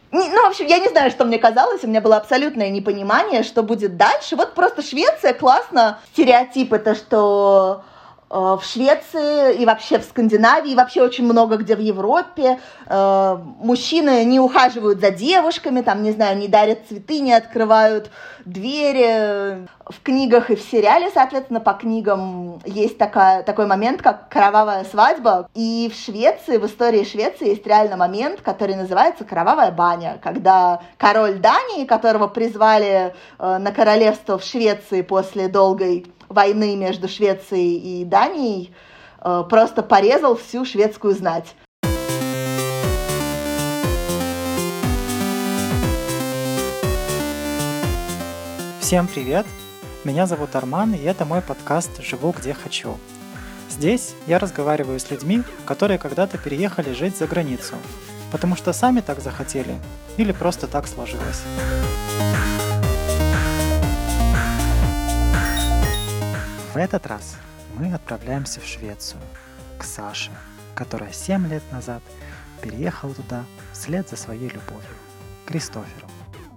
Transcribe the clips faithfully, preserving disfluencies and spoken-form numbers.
Ну, в общем, я не знаю, что мне казалось, у меня было абсолютное непонимание, что будет дальше. Вот просто Швеция, классно. Стереотип это, что э, в Швеции и вообще в Скандинавии, и вообще очень много где в Европе э, мужчины не ухаживают за девушками, там, не знаю, не дарят цветы, не открывают двери. В книгах и в сериале, соответственно, по книгам есть такая, такой момент, как кровавая свадьба. И в Швеции, в истории Швеции есть реально момент, который называется кровавая баня, когда король Дании, которого призвали э, на королевство в Швеции после долгой войны между Швецией и Данией, э, просто порезал всю шведскую знать. Всем привет! Меня зовут Арман, и это мой подкаст «Живу где хочу». Здесь я разговариваю с людьми, которые когда-то переехали жить за границу, потому что сами так захотели или просто так сложилось. В этот раз мы отправляемся в Швецию, к Саше, которая семь лет назад переехала туда вслед за своей любовью, Кристофером.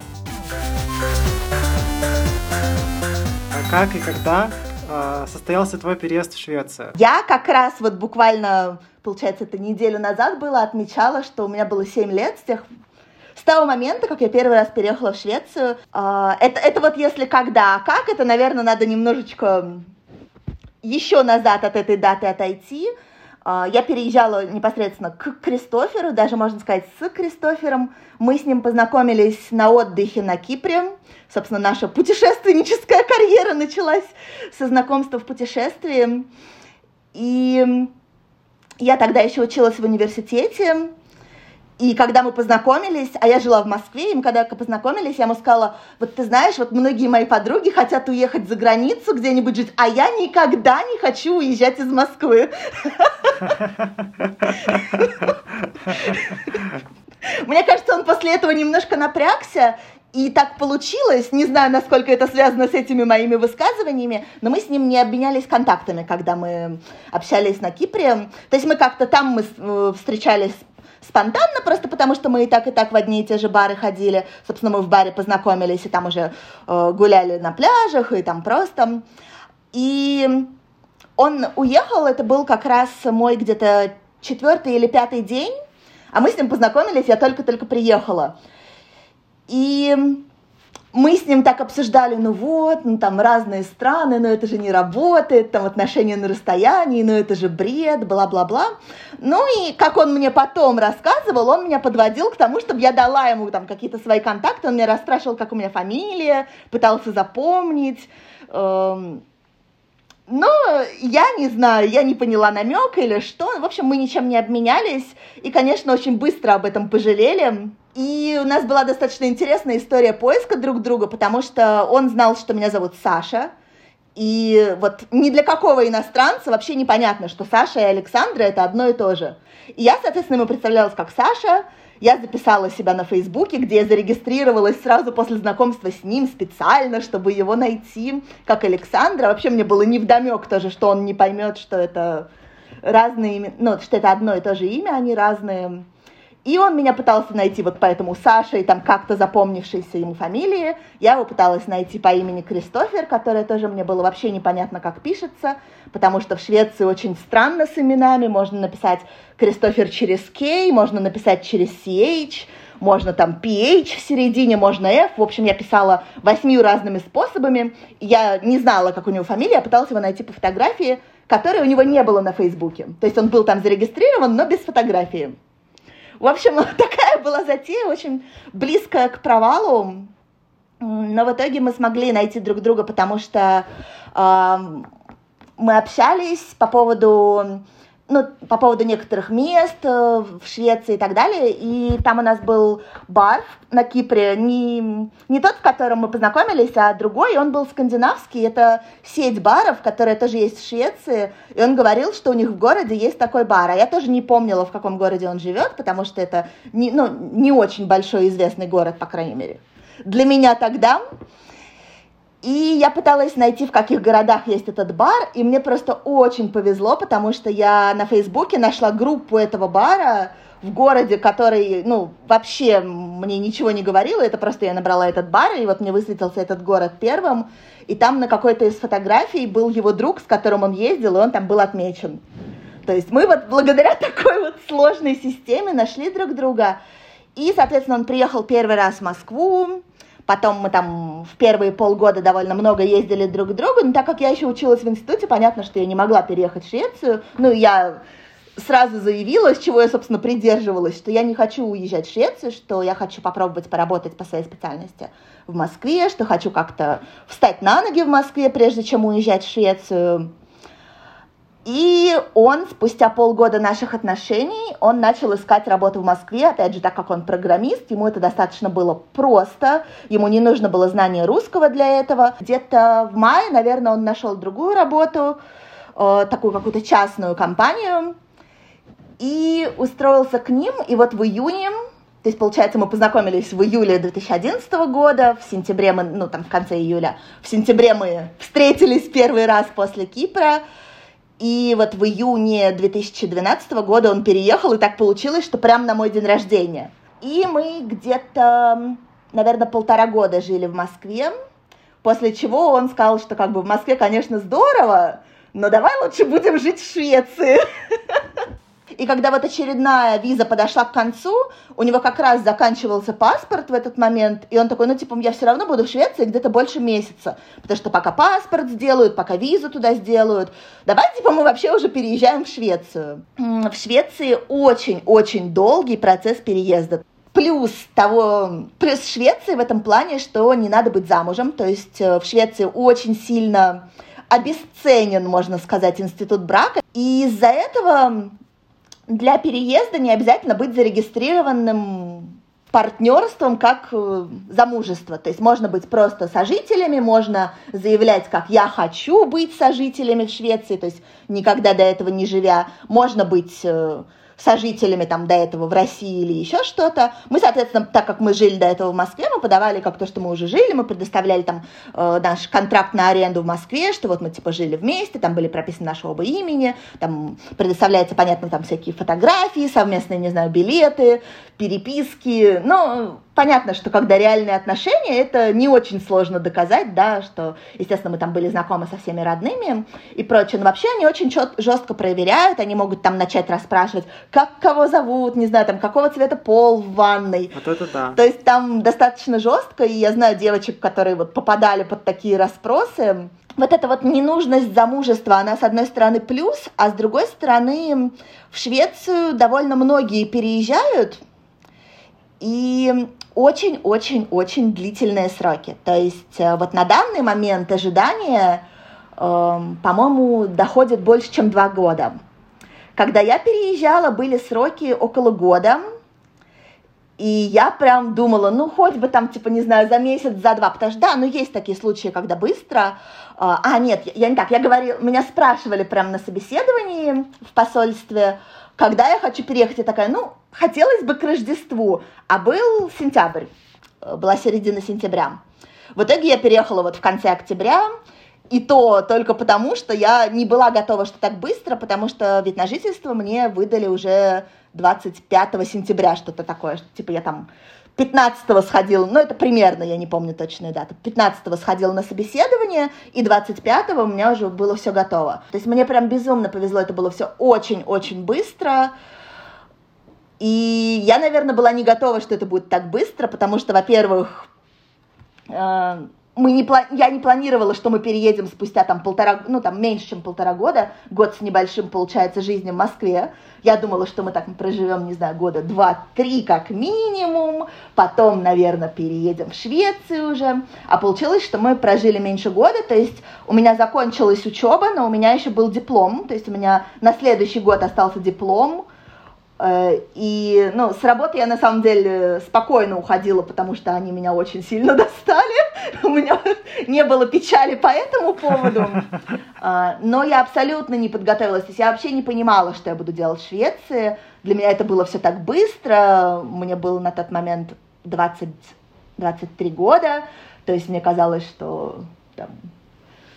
А как и когда э, состоялся твой переезд в Швецию? Я как раз вот буквально, получается, это неделю назад было, отмечала, что у меня было семь лет с тех С того момента, как я первый раз переехала в Швецию. Э, это, это вот если когда, а как, это, наверное, надо немножечко еще назад от этой даты отойти. Э, я переезжала непосредственно к Кристоферу, даже, можно сказать, с Кристофером. Мы с ним познакомились на отдыхе на Кипре. Собственно, наша путешественническая карьера началась со знакомства в путешествии. И я тогда еще училась в университете. И когда мы познакомились, а я жила в Москве, и мы когда познакомились, я ему сказала: вот ты знаешь, вот многие мои подруги хотят уехать за границу где-нибудь жить, а я никогда не хочу уезжать из Москвы. Мне кажется, он после этого немножко напрягся. И так получилось, не знаю, насколько это связано с этими моими высказываниями, но мы с ним не обменялись контактами, когда мы общались на Кипре. То есть мы как-то там мы встречались спонтанно, просто потому что мы и так, и так в одни и те же бары ходили. Собственно, мы в баре познакомились, и там уже э, гуляли на пляжах, и там просто. И он уехал, это был как раз мой где-то четвертый или пятый день, а мы с ним познакомились, я только-только приехала. И мы с ним так обсуждали, ну вот, ну там разные страны, но это же не работает, там отношения на расстоянии, ну это же бред, бла-бла-бла. Ну и как он мне потом рассказывал, он меня подводил к тому, чтобы я дала ему там какие-то свои контакты, он меня расспрашивал, как у меня фамилия, пытался запомнить. Но я не знаю, я не поняла намека или что. В общем, мы ничем не обменялись и, конечно, очень быстро об этом пожалели. И у нас была достаточно интересная история поиска друг друга, потому что он знал, что меня зовут Саша. И вот ни для какого иностранца вообще непонятно, что Саша и Александра – это одно и то же. И я, соответственно, ему представлялась как Саша. Я записала себя на Фейсбуке, где я зарегистрировалась сразу после знакомства с ним специально, чтобы его найти, как Александра. Вообще мне было невдомек тоже, что он не поймет, что это разные имена, ну, что это одно и то же имя, они разные. И он меня пытался найти вот поэтому Саша и там как-то запомнившейся ему фамилии. Я его пыталась найти по имени Кристофер, которое тоже мне было вообще непонятно, как пишется, потому что в Швеции очень странно с именами. Можно написать Кристофер через K, можно написать через си эйч, можно там пи эйч в середине, можно F. В общем, я писала восьмью разными способами. Я не знала, как у него фамилия, я пыталась его найти по фотографии, которой у него не было на Фейсбуке. То есть он был там зарегистрирован, но без фотографии. В общем, такая была затея, очень близкая к провалу, но в итоге мы смогли найти друг друга, потому что э, мы общались по поводу, ну, по поводу некоторых мест в Швеции и так далее, и там у нас был бар на Кипре, не, не тот, в котором мы познакомились, а другой, и он был скандинавский, это сеть баров, которая тоже есть в Швеции, и он говорил, что у них в городе есть такой бар, а я тоже не помнила, в каком городе он живет, потому что это не, ну, не очень большой известный город, по крайней мере, для меня тогда. И я пыталась найти, в каких городах есть этот бар, и мне просто очень повезло, потому что я на Фейсбуке нашла группу этого бара в городе, который, ну, вообще мне ничего не говорил, это просто я набрала этот бар, и вот мне высветился этот город первым, и там на какой-то из фотографий был его друг, с которым он ездил, и он там был отмечен. То есть мы вот благодаря такой вот сложной системе нашли друг друга, и, соответственно, он приехал первый раз в Москву, потом мы там в первые полгода довольно много ездили друг к другу, но так как я еще училась в институте, понятно, что я не могла переехать в Швецию, ну, я сразу заявила, с чего я, собственно, придерживалась, что я не хочу уезжать в Швецию, что я хочу попробовать поработать по своей специальности в Москве, что хочу как-то встать на ноги в Москве, прежде чем уезжать в Швецию. И он, спустя полгода наших отношений, он начал искать работу в Москве, опять же, так как он программист, ему это достаточно было просто, ему не нужно было знание русского для этого. Где-то в мае, наверное, он нашел другую работу, такую какую-то частную компанию, и устроился к ним, и вот в июне, то есть, получается, мы познакомились в июле две тысячи одиннадцатого года, в сентябре мы, ну, там, в конце июля, в сентябре мы встретились первый раз после Кипра, и вот в июне две тысячи двенадцатого года он переехал, и так получилось, что прямо на мой день рождения. И мы где-то, наверное, полтора года жили в Москве, после чего он сказал, что как бы в Москве, конечно, здорово, но давай лучше будем жить в Швеции. И когда вот очередная виза подошла к концу, у него как раз заканчивался паспорт в этот момент, и он такой, ну, типа, я все равно буду в Швеции где-то больше месяца, потому что пока паспорт сделают, пока визу туда сделают, давай, типа, мы вообще уже переезжаем в Швецию. В Швеции очень-очень долгий процесс переезда. Плюс того, плюс в Швеции в этом плане, что не надо быть замужем, то есть в Швеции очень сильно обесценен, можно сказать, институт брака, и из-за этого для переезда не обязательно быть зарегистрированным партнерством как замужество. То есть можно быть просто сожителями, можно заявлять, как «я хочу быть сожителями в Швеции», то есть никогда до этого не живя. Можно быть сожителями там до этого в России или еще что-то. Мы, соответственно, так как мы жили до этого в Москве, мы подавали как то, что мы уже жили, мы предоставляли там э, наш контракт на аренду в Москве, что вот мы типа жили вместе, там были прописаны наши оба имени, там предоставляются, понятно, там всякие фотографии, совместные, не знаю, билеты, переписки. Ну, понятно, что когда реальные отношения, это не очень сложно доказать, да, что, естественно, мы там были знакомы со всеми родными и прочее, но вообще они очень чет- жестко проверяют, они могут там начать расспрашивать, как кого зовут, не знаю, там, какого цвета пол в ванной. Вот это да. То есть там достаточно жестко, и я знаю девочек, которые вот попадали под такие расспросы. Вот эта вот ненужность замужества, она, с одной стороны, плюс, а с другой стороны, в Швецию довольно многие переезжают, и очень-очень-очень длительные сроки. То есть вот на данный момент ожидания, э, по-моему, доходит больше, чем два года. Когда я переезжала, были сроки около года, и я прям думала, ну, хоть бы там, типа, не знаю, за месяц, за два, потому что, да, ну, есть такие случаи, когда быстро. А, нет, я не так, я говорила, меня спрашивали прям на собеседовании в посольстве, когда я хочу переехать, я такая, ну, хотелось бы к Рождеству, а был сентябрь, была середина сентября. В итоге я переехала вот в конце октября, и то только потому, что я не была готова, что так быстро, потому что вид на жительство мне выдали уже двадцать пятого сентября, что-то такое, что типа я там пятнадцатого сходила, ну это примерно, я не помню точную дату, пятнадцатого сходила на собеседование, и двадцать пятого у меня уже было все готово. То есть мне прям безумно повезло, это было все очень-очень быстро. И я, наверное, была не готова, что это будет так быстро, потому что, во-первых, э, мы не, я не планировала, что мы переедем спустя там полтора, ну там меньше, чем полтора года, год с небольшим, получается, жизни в Москве. Я думала, что мы так проживем, не знаю, года два-три как минимум, потом, наверное, переедем в Швецию уже. А получилось, что мы прожили меньше года, то есть у меня закончилась учеба, но у меня еще был диплом, то есть у меня на следующий год остался диплом. И, ну, с работы я, на самом деле, спокойно уходила, потому что они меня очень сильно достали. У меня не было печали по этому поводу. Но я абсолютно не подготовилась. То есть я вообще не понимала, что я буду делать в Швеции. Для меня это было все так быстро. Мне было на тот момент двадцать-двадцать три года. То есть мне казалось, что там,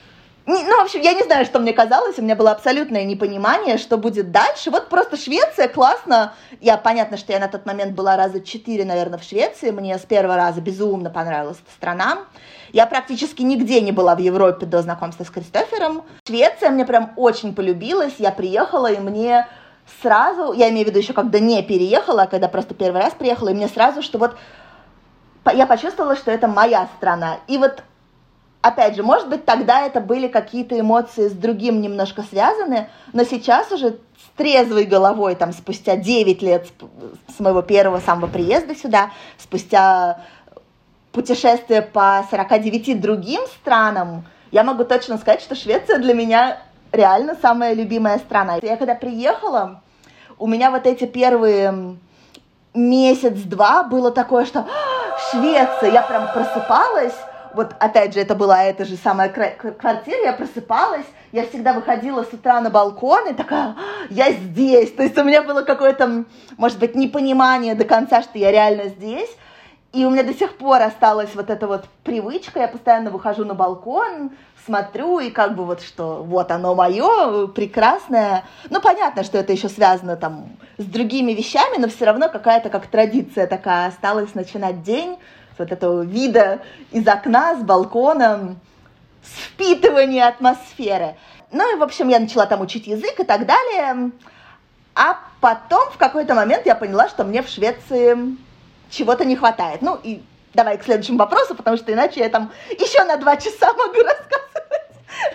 Ну, в общем, я не знаю, что мне казалось, у меня было абсолютное непонимание, что будет дальше. Вот просто Швеция, классно. Я, понятно, что я на тот момент была раза четыре, наверное, в Швеции. Мне с первого раза безумно понравилась эта страна. Я практически нигде не была в Европе до знакомства с Кристофером. Швеция мне прям очень полюбилась. Я приехала, и мне сразу, я имею в виду еще когда не переехала, а когда просто первый раз приехала, и мне сразу, что вот я почувствовала, что это моя страна. И вот опять же, может быть, тогда это были какие-то эмоции с другим немножко связаны, но сейчас уже с трезвой головой, там, спустя девять лет с моего первого самого приезда сюда, спустя путешествия по сорока девяти другим странам, я могу точно сказать, что Швеция для меня реально самая любимая страна. Я когда приехала, у меня вот эти первые месяц-два было такое, что Швеция, я прям просыпалась. Вот опять же, это была эта же самая квартира, я просыпалась, я всегда выходила с утра на балкон и такая, я здесь. То есть у меня было какое-то, может быть, непонимание до конца, что я реально здесь. И у меня до сих пор осталась вот эта вот привычка, я постоянно выхожу на балкон, смотрю, и как бы вот что, вот оно мое, прекрасное. Ну, понятно, что это еще связано там с другими вещами, но все равно какая-то как традиция такая осталась начинать день с вот этого вида из окна, с балкона, с впитывания атмосферы. Ну и, в общем, я начала там учить язык и так далее. А потом в какой-то момент я поняла, что мне в Швеции чего-то не хватает. Ну и давай к следующему вопросу, потому что иначе я там еще на два часа могу рассказывать.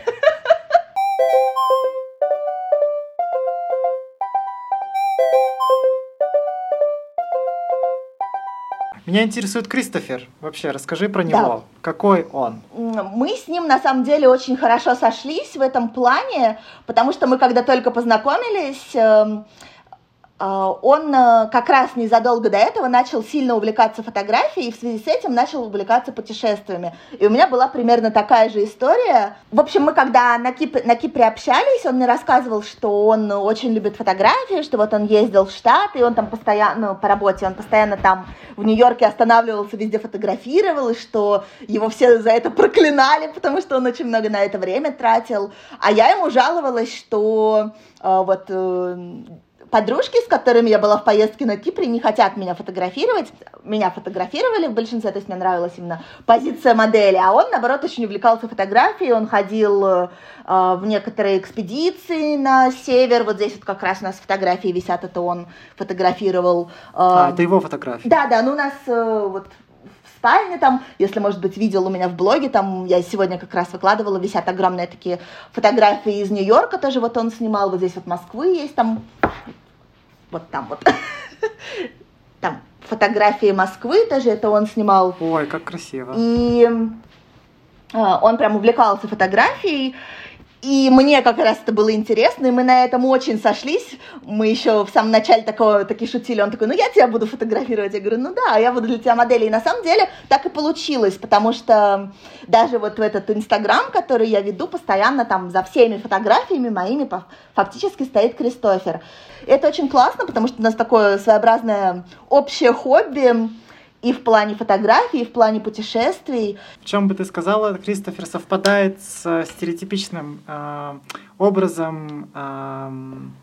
Меня интересует Кристофер. Вообще, расскажи про него. Да. Какой он? Мы с ним, на самом деле, очень хорошо сошлись в этом плане, потому что мы, когда только познакомились, он как раз незадолго до этого начал сильно увлекаться фотографией и в связи с этим начал увлекаться путешествиями. И у меня была примерно такая же история. В общем, мы когда на Кипре, на Кипре общались, он мне рассказывал, что он очень любит фотографии, что вот он ездил в Штаты, и он там постоянно, ну, по работе, он постоянно там в Нью-Йорке останавливался, везде фотографировал, и что его все за это проклинали, потому что он очень много на это время тратил. А я ему жаловалась, что э, вот... Э, подружки, с которыми я была в поездке на Кипре, не хотят меня фотографировать. Меня фотографировали в большинстве, то есть мне нравилась именно позиция модели, а он, наоборот, очень увлекался фотографией, он ходил э, в некоторые экспедиции на север, вот здесь вот как раз у нас фотографии висят, это он фотографировал. Э, а, это его фотографии? Да, да, ну у нас э, вот в спальне там, если, может быть, видел у меня в блоге, там я сегодня как раз выкладывала, висят огромные такие фотографии из Нью-Йорка, тоже вот он снимал, вот здесь вот Москвы есть там, вот там вот, там фотографии Москвы тоже, это он снимал. Ой, как красиво. И э, он прям увлекался фотографией, и мне как раз это было интересно, и мы на этом очень сошлись. Мы еще в самом начале такого, такие шутили, он такой, ну я тебя буду фотографировать. Я говорю, ну да, я буду для тебя моделью. И на самом деле так и получилось, потому что даже вот в этот Инстаграм, который я веду, постоянно там за всеми фотографиями моими фактически стоит Кристофер. И это очень классно, потому что у нас такое своеобразное общее хобби, и в плане фотографий, и в плане путешествий. В чем бы ты сказала, Кристофер совпадает с стереотипичным э, образом э,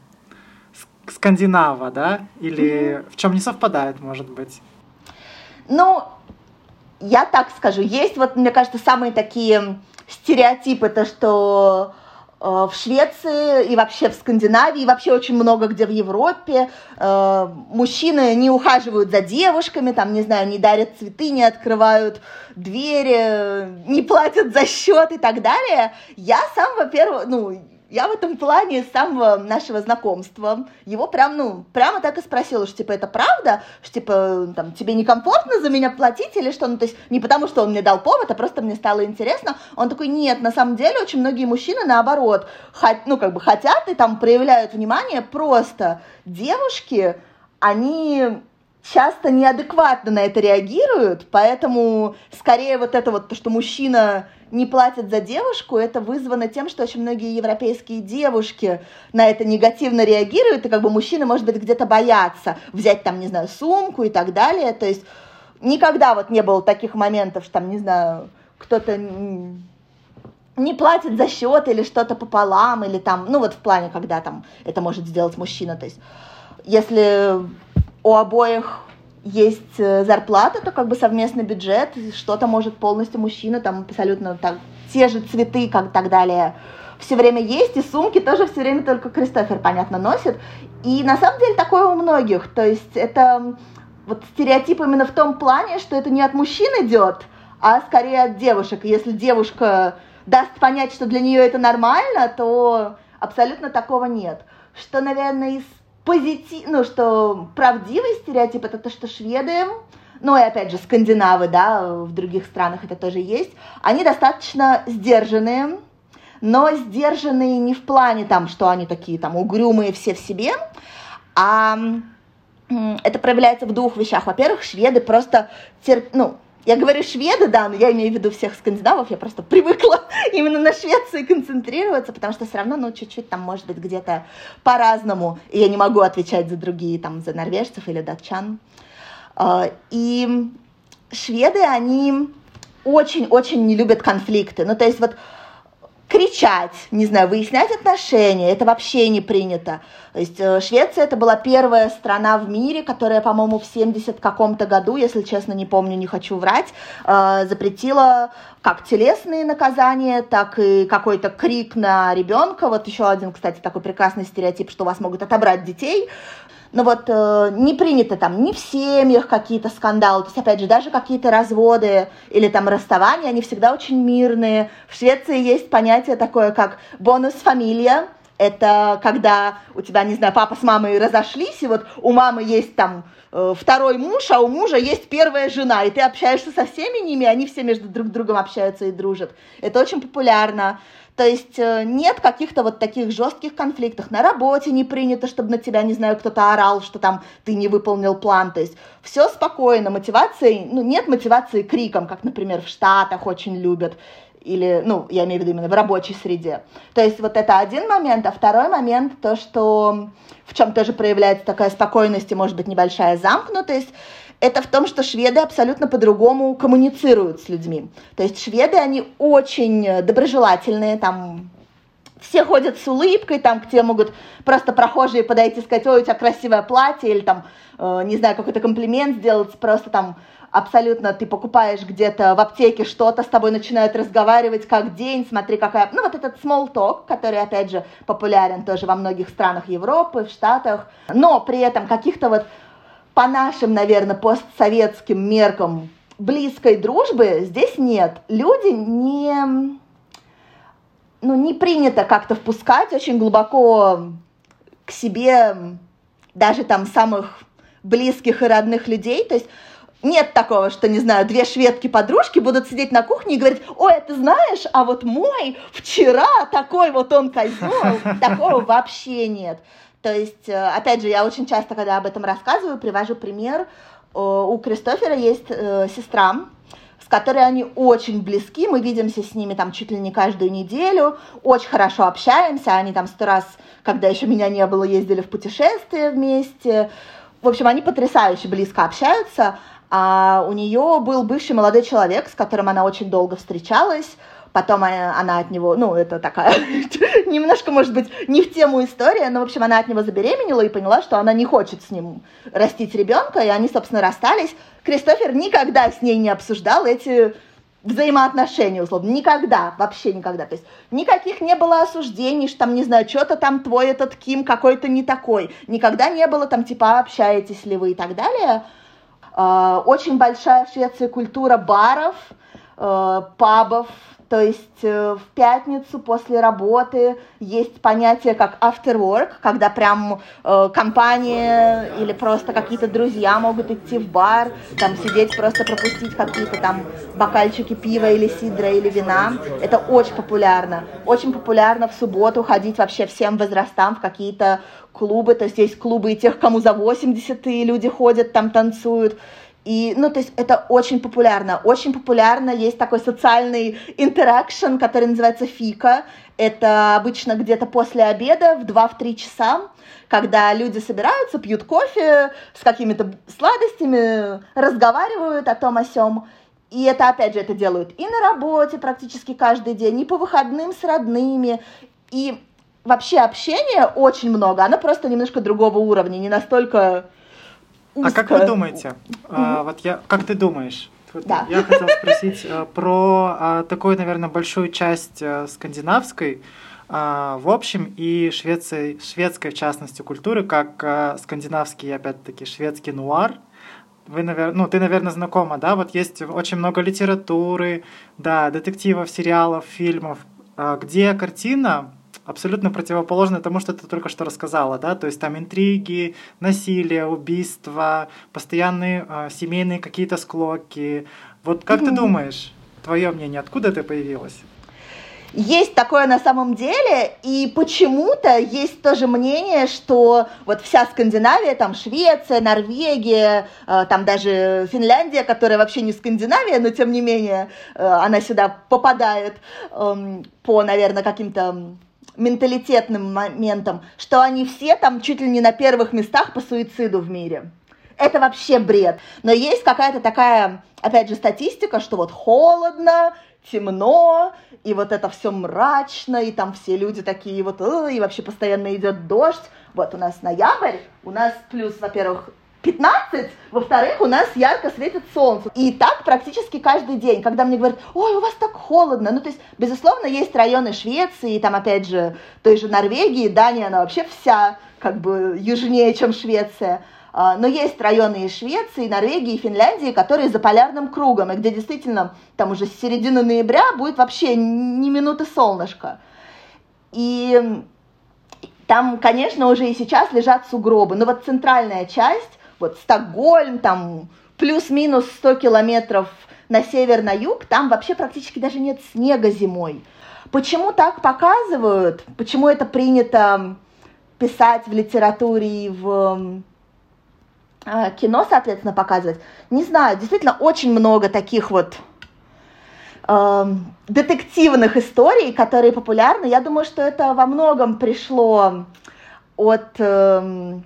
скандинава, да? Или mm-hmm. в чем не совпадает, может быть? Ну, я так скажу. Есть вот, мне кажется, самые такие стереотипы, то, что в Швеции и вообще в Скандинавии, и вообще очень много где в Европе э, мужчины не ухаживают за девушками, там, не знаю, не дарят цветы, не открывают двери, не платят за счет и так далее. Я сам, во-первых, ну, я в этом плане с самого нашего знакомства его прям, ну, прямо так и спросила, что, типа, это правда? Что, типа, там, тебе некомфортно за меня платить или что? Ну, то есть не потому, что он мне дал повод, а просто мне стало интересно. Он такой, нет, на самом деле очень многие мужчины, наоборот, хот, ну, как бы хотят и там проявляют внимание, просто девушки, они часто неадекватно на это реагируют, поэтому скорее вот это вот, то, что мужчина не платит за девушку, это вызвано тем, что очень многие европейские девушки на это негативно реагируют, и как бы мужчины, может быть, где-то боятся взять там, не знаю, сумку и так далее, то есть никогда вот не было таких моментов, что там, не знаю, кто-то не платят за счет или что-то пополам, или там, ну вот в плане, когда там это может сделать мужчина, то есть если у обоих есть зарплата, то как бы совместный бюджет, что-то может полностью мужчина, там абсолютно так, те же цветы, как так далее, все время есть, и сумки тоже все время только Кристофер, понятно, носит, и на самом деле такое у многих, то есть это вот стереотип именно в том плане, что это не от мужчин идет, а скорее от девушек, и если девушка даст понять, что для нее это нормально, то абсолютно такого нет. Что, наверное, из позитив... ну, что правдивый стереотип, это то, что шведы, ну и опять же скандинавы, да, в других странах это тоже есть, они достаточно сдержанные, но сдержанные не в плане там, что они такие там угрюмые все в себе, а это проявляется в двух вещах. Во-первых, шведы просто терп... ну, я говорю шведы, да, но я имею в виду всех скандинавов, я просто привыкла именно на Швеции концентрироваться, потому что все равно, ну, чуть-чуть там, может быть, где-то по-разному, и я не могу отвечать за другие, там, за норвежцев или датчан. И шведы, они очень-очень не любят конфликты, ну, то есть вот кричать, не знаю, выяснять отношения, это вообще не принято. То есть Швеция это была первая страна в мире, которая, по-моему, в семидесятом каком-то году, если честно, не помню, не хочу врать, запретила как телесные наказания, так и какой-то крик на ребенка. Вот еще один, кстати, такой прекрасный стереотип, что у вас могут отобрать детей. Но вот э, не принято там ни в семьях какие-то скандалы, то есть, опять же, даже какие-то разводы или там расставания, они всегда очень мирные. В Швеции есть понятие такое, как бонус-фамилия. Это когда у тебя, не знаю, папа с мамой разошлись, и вот у мамы есть там э, второй муж, а у мужа есть первая жена, и ты общаешься со всеми ними, они все между друг другом общаются и дружат. Это очень популярно. То есть нет каких-то вот таких жестких конфликтов. На работе не принято, чтобы на тебя, не знаю, кто-то орал, что там ты не выполнил план. То есть все спокойно. Мотивации, ну, нет мотивации криком, как, например, в Штатах очень любят. Или, ну, я имею в виду именно в рабочей среде. То есть вот это один момент. А второй момент, то, что в чем тоже проявляется такая спокойность и, может быть, небольшая замкнутость, это в том, что шведы абсолютно по-другому коммуницируют с людьми. То есть шведы, они очень доброжелательные, там все ходят с улыбкой, там к тебе могут просто прохожие подойти и сказать: ой, у тебя красивое платье, или там, э, не знаю, какой-то комплимент сделать, просто там абсолютно ты покупаешь где-то в аптеке что-то, с тобой начинают разговаривать, как день, смотри, какая... Ну, вот этот small talk, который, опять же, популярен тоже во многих странах Европы, в Штатах, но при этом каких-то вот по нашим, наверное, постсоветским меркам близкой дружбы здесь нет. Люди не, ну, не принято как-то впускать очень глубоко к себе даже там самых близких и родных людей. То есть нет такого, что, не знаю, две шведки-подружки будут сидеть на кухне и говорить: ой, а ты знаешь, а вот мой вчера такой вот он козел. Такого вообще нет. То есть, опять же, я очень часто, когда об этом рассказываю, привожу пример. У Кристофера есть сестра, с которой они очень близки, мы видимся с ними там чуть ли не каждую неделю, очень хорошо общаемся, они там сто раз, когда еще меня не было, ездили в путешествия вместе. В общем, они потрясающе близко общаются. А у нее был бывший молодой человек, с которым она очень долго встречалась. Потом она от него, ну, это такая немножко, может быть, не в тему история, но, в общем, она от него забеременела и поняла, что она не хочет с ним растить ребенка, и они, собственно, расстались. Кристофер никогда с ней не обсуждал эти взаимоотношения, условно, никогда, вообще никогда. То есть никаких не было осуждений, что там, не знаю, что-то там твой этот Ким какой-то не такой. Никогда не было там, типа, общаетесь ли вы и так далее. Очень большая в Швеции культура баров, пабов. То есть в пятницу после работы есть понятие как after work, когда прям э, компания или просто какие-то друзья могут идти в бар, там сидеть, просто пропустить какие-то там бокальчики пива или сидра или вина. Это очень популярно. Очень популярно в субботу ходить вообще всем возрастам в какие-то клубы. То есть есть клубы и тех, кому за восемьдесят, и люди ходят, там танцуют. И, ну, то есть это очень популярно. Очень популярно есть такой социальный интеракшн, который называется фика. Это обычно где-то после обеда в два-три часа, когда люди собираются, пьют кофе с какими-то сладостями, разговаривают о том о сём. И это, опять же, это делают и на работе практически каждый день, и по выходным с родными. И вообще общения очень много, оно просто немножко другого уровня, не настолько узко. А как вы думаете, mm-hmm. а, вот я, как ты думаешь, вот да. я хотела спросить а, про а, такую, наверное, большую часть а, скандинавской, а, в общем, и шведской, шведской, в частности, культуры, как а, скандинавский, опять-таки, шведский нуар. Вы, наверное, ну, ты, наверное, знакома, да? Вот есть очень много литературы, да, детективов, сериалов, фильмов, а, где картина абсолютно противоположно тому, что ты только что рассказала, да, то есть там интриги, насилие, убийства, постоянные э, семейные какие-то склоки. Вот как mm-hmm. ты думаешь, твое мнение, откуда это появилось? Есть такое на самом деле, и почему-то есть тоже мнение, что вот вся Скандинавия, там Швеция, Норвегия, э, там даже Финляндия, которая вообще не Скандинавия, но тем не менее э, она сюда попадает э, по, наверное, каким-то менталитетным моментам, что они все там чуть ли не на первых местах по суициду в мире. Это вообще бред. Но есть какая-то такая, опять же, статистика, что вот холодно, темно, и вот это все мрачно, и там все люди такие вот, и вообще постоянно идет дождь. Вот у нас ноябрь, у нас плюс, во-первых, пятнадцать, во-вторых, у нас ярко светит солнце. И так практически каждый день, когда мне говорят, ой, у вас так холодно. Ну, то есть, безусловно, есть районы Швеции, там, опять же, той же Норвегии, Дания, она вообще вся, как бы, южнее, чем Швеция. Но есть районы и Швеции, и Норвегии, и Финляндии, которые за полярным кругом, и где действительно там уже с середины ноября будет вообще ни минуты солнышка. И там, конечно, уже и сейчас лежат сугробы. Но вот центральная часть, вот Стокгольм, там плюс-минус сто километров на север, на юг, там вообще практически даже нет снега зимой. Почему так показывают? Почему это принято писать в литературе и в кино, соответственно, показывать? Не знаю, действительно очень много таких вот э, детективных историй, которые популярны. Я думаю, что это во многом пришло от, э,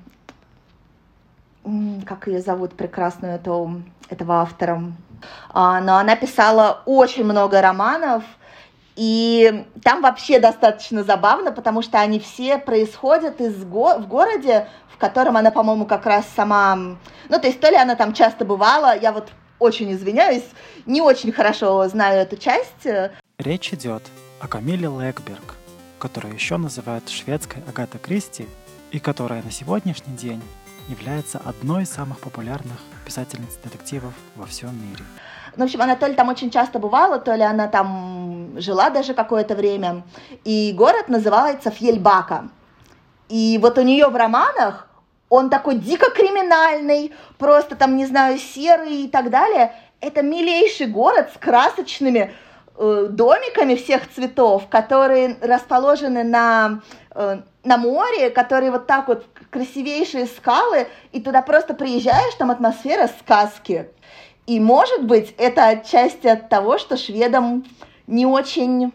как ее зовут, прекрасную эту, этого автора, а, но она писала очень много романов, и там вообще достаточно забавно, потому что они все происходят из го- в городе, в котором она, по-моему, как раз сама... Ну, то есть, то ли она там часто бывала, я вот очень извиняюсь, не очень хорошо знаю эту часть. Речь идет о Камилле Лэкберг, которую еще называют шведской Агата Кристи, и которая на сегодняшний день является одной из самых популярных писательниц детективов во всем мире. Ну, в общем, она то ли там очень часто бывала, то ли она там жила даже какое-то время. И город называется Фьельбака. И вот у нее в романах он такой дико криминальный, просто там, не знаю, серый и так далее. Это милейший город с красочными э, домиками всех цветов, которые расположены на, э, на море, которые вот так вот красивейшие скалы, и туда просто приезжаешь, там атмосфера сказки. И, может быть, это отчасти от того, что шведам не очень,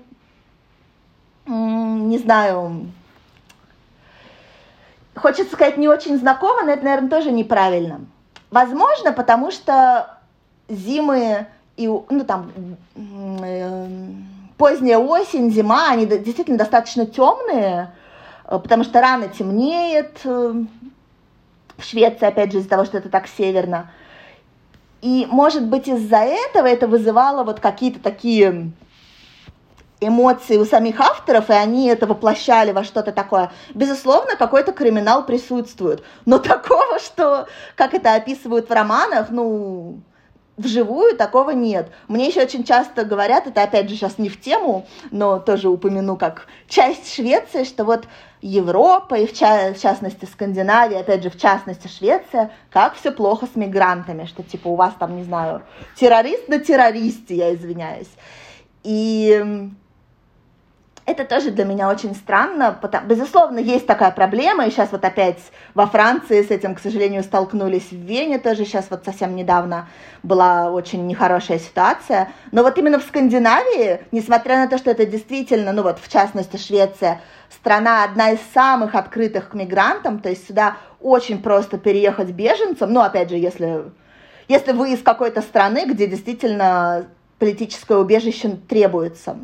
не знаю, хочется сказать, не очень знакомо, но это, наверное, тоже неправильно. Возможно, потому что зимы и, ну, там, поздняя осень, зима, они действительно достаточно темные, потому что рано темнеет в Швеции, опять же, из-за того, что это так северно. И, может быть, из-за этого это вызывало вот какие-то такие эмоции у самих авторов, и они это воплощали во что-то такое. Безусловно, какой-то криминал присутствует, но такого, что, как это описывают в романах, ну, вживую такого нет. Мне еще очень часто говорят, это опять же сейчас не в тему, но тоже упомяну как часть Швеции, что вот Европа и в, ча- в частности Скандинавия, опять же в частности Швеция, как все плохо с мигрантами, что типа у вас там, не знаю, террорист на террористе, я извиняюсь. И это тоже для меня очень странно. Потому... Безусловно, есть такая проблема, и сейчас вот опять во Франции с этим, к сожалению, столкнулись, в Вене тоже сейчас вот совсем недавно была очень нехорошая ситуация. Но вот именно в Скандинавии, несмотря на то, что это действительно, ну вот в частности Швеция, страна одна из самых открытых к мигрантам, то есть сюда очень просто переехать беженцам, ну опять же, если... если вы из какой-то страны, где действительно политическое убежище требуется.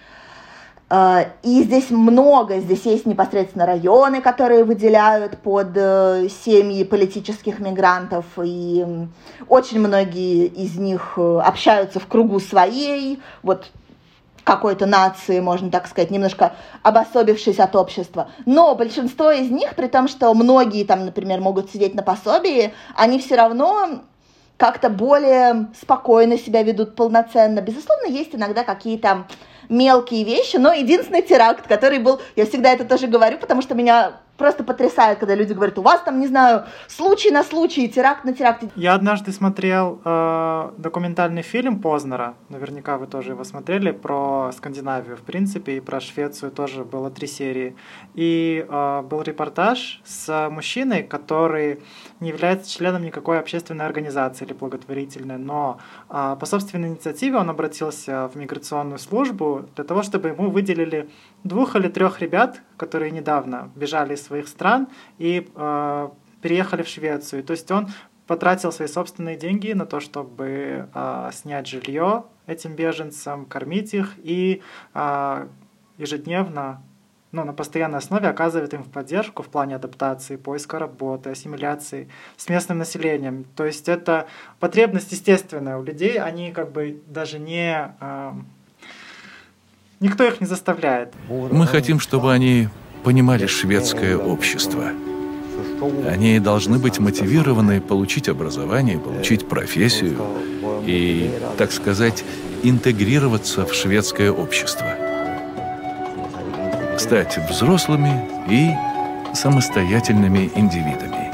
И здесь много, здесь есть непосредственно районы, которые выделяют под семьи политических мигрантов, и очень многие из них общаются в кругу своей, вот какой-то нации, можно так сказать, немножко обособившись от общества. Но большинство из них, при том, что многие там, например, могут сидеть на пособии, они все равно как-то более спокойно себя ведут, полноценно. Безусловно, есть иногда какие-то мелкие вещи, но единственный теракт, который был, я всегда это тоже говорю, потому что меня просто потрясает, когда люди говорят, у вас там, не знаю, случай на случай, теракт на теракт. Я однажды смотрел э, документальный фильм Познера, наверняка вы тоже его смотрели, про Скандинавию, в принципе, и про Швецию тоже было три серии. И э, был репортаж с мужчиной, который не является членом никакой общественной организации или благотворительной, но э, по собственной инициативе он обратился в миграционную службу для того, чтобы ему выделили двух или трех ребят, которые недавно бежали из своих стран и э, переехали в Швецию. То есть он потратил свои собственные деньги на то, чтобы э, снять жилье этим беженцам, кормить их и э, ежедневно, ну, на постоянной основе оказывает им поддержку в плане адаптации, поиска работы, ассимиляции с местным населением. То есть это потребность естественная у людей, они как бы даже не... Э, Никто их не заставляет. Мы хотим, чтобы они понимали шведское общество. Они должны быть мотивированы получить образование, получить профессию и, так сказать, интегрироваться в шведское общество. Стать взрослыми и самостоятельными индивидами.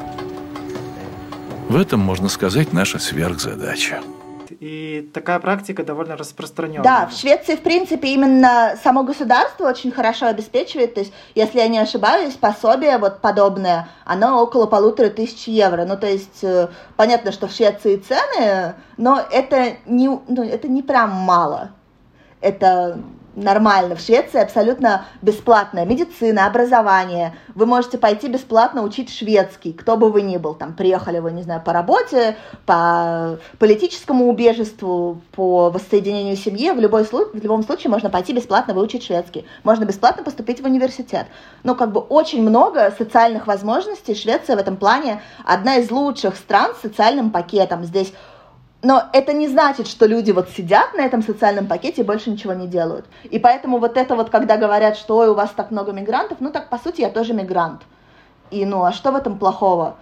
В этом, можно сказать, наша сверхзадача. И такая практика довольно распространенная. Да, в Швеции, в принципе, именно само государство очень хорошо обеспечивает. То есть, если я не ошибаюсь, пособие вот подобное, оно около полутора тысяч евро. Ну, то есть, понятно, что в Швеции цены, но это не, ну, это не прям мало. Это нормально. В Швеции абсолютно бесплатная медицина, образование. Вы можете пойти бесплатно учить шведский, кто бы вы ни был. Там приехали вы, не знаю, по работе, по политическому убежищу, по воссоединению семьи. В, любой, в любом случае можно пойти бесплатно выучить шведский. Можно бесплатно поступить в университет. Ну, как бы очень много социальных возможностей. Швеция в этом плане одна из лучших стран с социальным пакетом. Здесь Но это не значит, что люди вот сидят на этом социальном пакете и больше ничего не делают. И поэтому вот это вот, когда говорят, что ой, у вас так много мигрантов, ну так, по сути, я тоже мигрант. И ну, а что в этом плохого?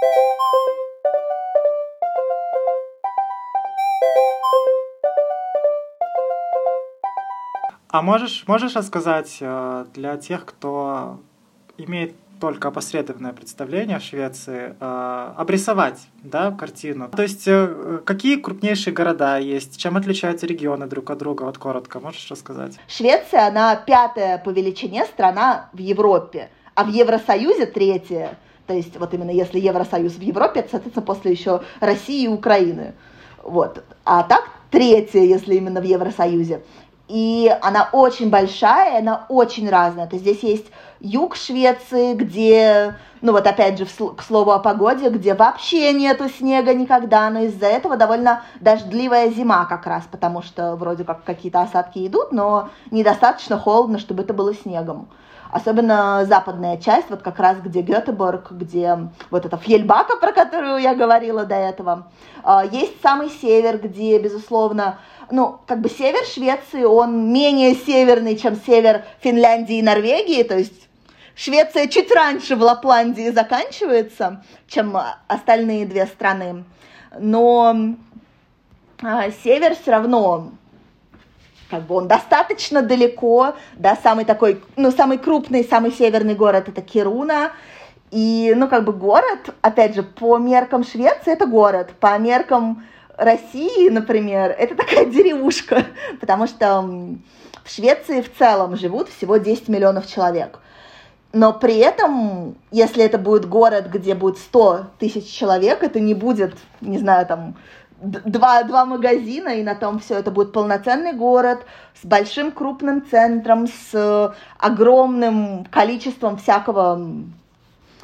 А можешь, можешь рассказать для тех, кто имеет только опосредованное представление в Швеции, э, обрисовать, да, картину. То есть, э, какие крупнейшие города есть, чем отличаются регионы друг от друга, вот коротко, можешь рассказать? Швеция, она пятая по величине страна в Европе, а в Евросоюзе третья. То есть, вот именно если Евросоюз в Европе, это, соответственно, после еще России и Украины. Вот. А так третья, если именно в Евросоюзе. И она очень большая, она очень разная. То есть здесь есть юг Швеции, где, ну вот опять же, к слову о погоде, где вообще нету снега никогда, но из-за этого довольно дождливая зима как раз, потому что вроде как какие-то осадки идут, но недостаточно холодно, чтобы это было снегом. Особенно западная часть, вот как раз где Гетеборг, где вот эта Фьельбака, про которую я говорила до этого. Есть самый север, где, безусловно, ну, как бы север Швеции, он менее северный, чем север Финляндии и Норвегии, то есть Швеция чуть раньше в Лапландии заканчивается, чем остальные две страны, но а, север все равно, как бы он достаточно далеко, да, самый такой, ну, самый крупный, самый северный город это Кируна, и, ну, как бы город, опять же, по меркам Швеции это город, по меркам России, например, это такая деревушка, потому что в Швеции в целом живут всего десять миллионов человек. Но при этом, если это будет город, где будет сто тысяч человек, это не будет, не знаю, там, два, два магазина, и на том все. Это будет полноценный город с большим крупным центром, с огромным количеством всякого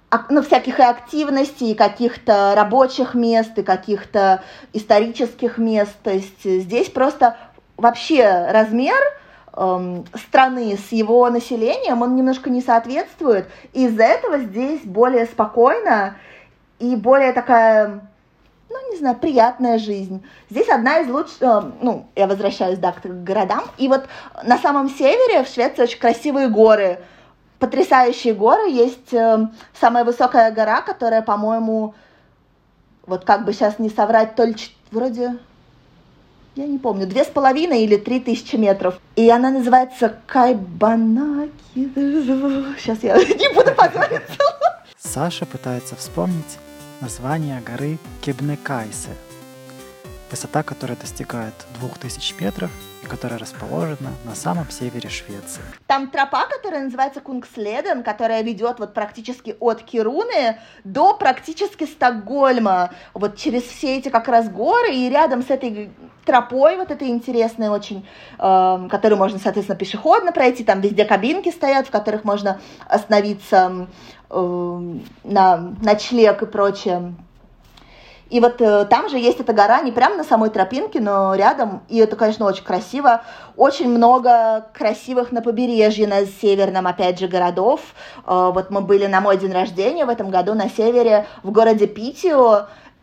ну, всяких и активностей, и каких-то рабочих мест, и каких-то исторических мест. То есть здесь просто вообще размер эм, страны с его населением, он немножко не соответствует. И из-за этого здесь более спокойно и более такая, ну, не знаю, приятная жизнь. Здесь одна из лучших, э, ну, я возвращаюсь, да, к городам. И вот на самом севере в Швеции очень красивые горы, потрясающие горы. Есть э, самая высокая гора, которая, по-моему, вот как бы сейчас не соврать, то ли вроде, я не помню, две с половиной или три тысячи метров. И она называется Кайбанаки. Сейчас я не буду позориться. Саша пытается вспомнить название горы Кебнекайсе, высота которой достигает двух тысяч метров и которая расположена на самом севере Швеции. Там тропа, которая называется Кунгследен, которая ведет вот практически от Кируны до практически Стокгольма, вот через все эти как раз горы, и рядом с этой тропой, вот этой интересной очень, э, которую можно, соответственно, пешеходно пройти, там везде кабинки стоят, в которых можно остановиться э, на ночлег и прочее. И вот э, там же есть эта гора, не прямо на самой тропинке, но рядом, и это, конечно, очень красиво. Очень много красивых на побережье, на северном, опять же, городов. Э, вот мы были на мой день рождения в этом году на севере, в городе Питио.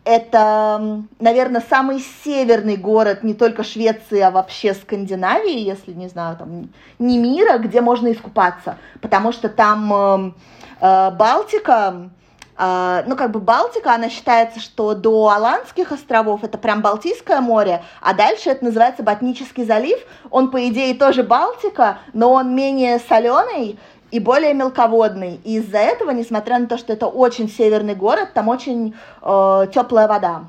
Это, наверное, самый северный город не только Швеции, а вообще Скандинавии, если, не знаю, там, не мира, где можно искупаться. Потому что там э, э, Балтика... Uh, ну, как бы Балтика, она считается, что до Аландских островов это прям Балтийское море, а дальше это называется Ботнический залив. Он, по идее, тоже Балтика, но он менее соленый и более мелководный. И из-за этого, несмотря на то, что это очень северный город, там очень uh, теплая вода.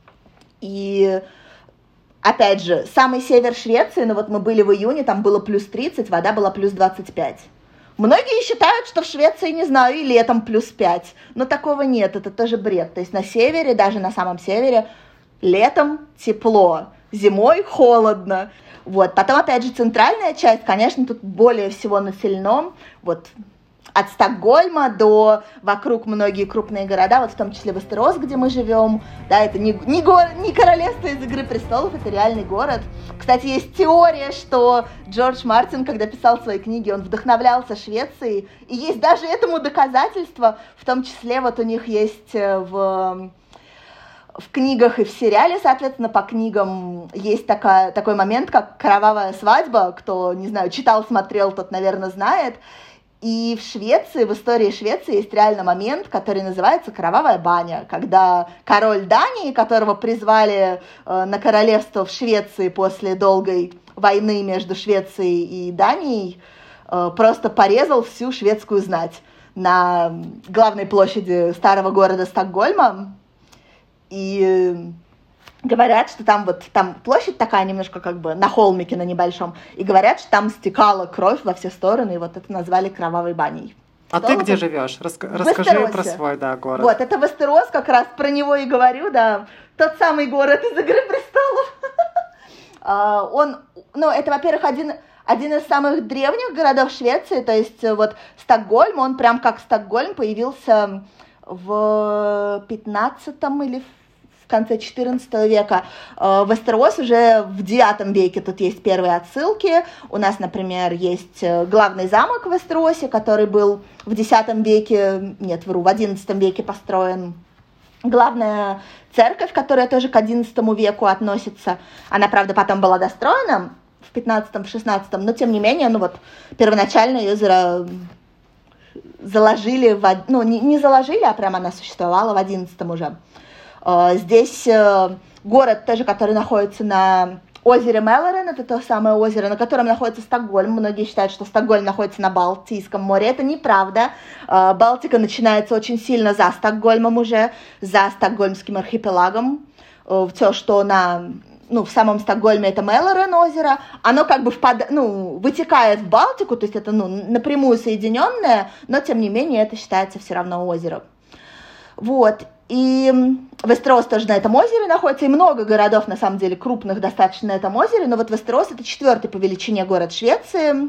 И, опять же, самый север Швеции, ну вот мы были в июне, там было плюс тридцать, вода была плюс двадцать пять. Многие считают, что в Швеции, не знаю, и летом плюс пять, но такого нет, это тоже бред. То есть на севере, даже на самом севере, летом тепло, зимой холодно. Вот. Потом, опять же, центральная часть, конечно, тут более всего населено, вот от Стокгольма до вокруг многие крупные города, вот в том числе Вестерос, где мы живем, да, это не, не, город, не королевство из «Игры престолов», это реальный город. Кстати, есть теория, что Джордж Мартин, когда писал свои книги, он вдохновлялся Швецией, и есть даже этому доказательства, в том числе вот у них есть в... В книгах и в сериале, соответственно, по книгам есть такая, такой момент, как «Кровавая свадьба». Кто, не знаю, читал, смотрел, тот, наверное, знает. И в Швеции, в истории Швеции есть реально момент, который называется «Кровавая баня», когда король Дании, которого призвали э, на королевство в Швеции после долгой войны между Швецией и Данией, э, просто порезал всю шведскую знать на главной площади старого города Стокгольма. И говорят, что там вот там площадь такая немножко как бы на холмике на небольшом, и говорят, что там стекала кровь во все стороны, и вот это назвали кровавой баней. А что ты вот где это? живешь? Раска- расскажи про свой, да, город. Вот, это Вестерос, как раз про него и говорю, да, тот самый город из «Игры престолов». Он, ну, это, во-первых, один... Один из самых древних городов Швеции, то есть вот Стокгольм, он прям как Стокгольм появился в пятнадцатом или в конце четырнадцатого века. Вестерос уже в девятом веке, тут есть первые отсылки. У нас, например, есть главный замок в Вестеросе, который был в десятом веке, нет, вру, в одиннадцатом веке построен. Главная церковь, которая тоже к одиннадцатому веку относится, она, правда, потом была достроена в пятнадцатом, в шестнадцатом, но тем не менее, ну вот, первоначально ее за... заложили, в... ну не, не заложили, а прямо она существовала в одиннадцатом уже. Здесь город тоже, который находится на озере Мэлорен, это то самое озеро, на котором находится Стокгольм. Многие считают, что Стокгольм находится на Балтийском море. Это неправда. Балтика начинается очень сильно за Стокгольмом уже, за Стокгольмским архипелагом. Все, что на... Ну, в самом Стокгольме это Мэлорен озеро, оно как бы впад... ну, вытекает в Балтику, то есть это ну, напрямую соединенное, но тем не менее это считается все равно озером. Вот, и Вестерос тоже на этом озере находится, и много городов, на самом деле, крупных достаточно на этом озере, но вот Вестерос это четвертый по величине город Швеции,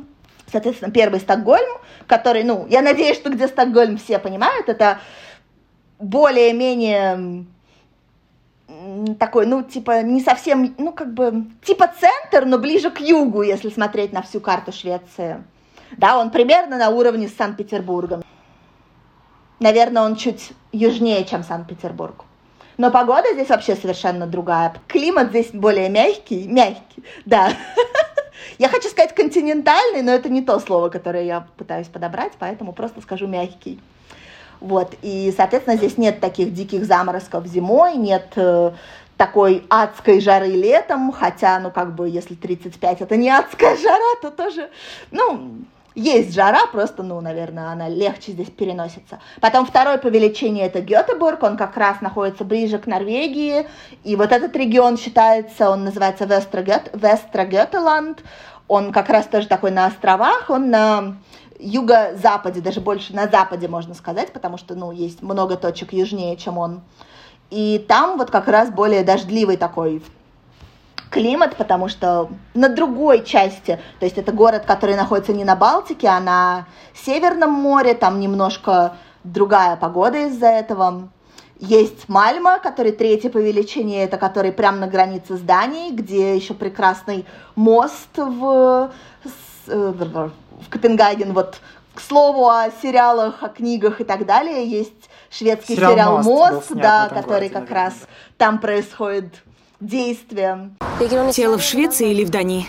Соответственно, первый Стокгольм, который, ну, я надеюсь, что где Стокгольм все понимают, это более-менее такой, ну, типа, не совсем, ну, как бы, типа центр, но ближе к югу, если смотреть на всю карту Швеции. Да, он примерно на уровне с Санкт-Петербургом. Наверное, он чуть южнее, чем Санкт-Петербург. Но погода здесь вообще совершенно другая. Климат здесь более мягкий, мягкий, да. Я хочу сказать континентальный, но это не то слово, которое я пытаюсь подобрать, поэтому просто скажу мягкий. Вот, и, соответственно, здесь нет таких диких заморозков зимой, нет э, такой адской жары летом, хотя, ну, как бы, если тридцать пять это не адская жара, то тоже, ну... Есть жара, просто, ну, наверное, она легче здесь переносится. Потом второй по величине это Гетеборг, он как раз находится ближе к Норвегии. И вот этот регион считается, он называется Вестра-Гетеланд. Он как раз тоже такой на островах, он на юго-западе, даже больше на западе, можно сказать, потому что, ну, есть много точек южнее, чем он. И там вот как раз более дождливый такой климат, потому что на другой части, то есть это город, который находится не на Балтике, а на Северном море, там немножко другая погода из-за этого. Есть Мальма, который третий по величине, это который прямо на границе с Данией, где еще прекрасный мост в, в Копенгаген. Вот, к слову о сериалах, о книгах и так далее, есть шведский сериал, сериал «Мост», да, который как раз там происходит действия. Тело в Швеции или в Дании?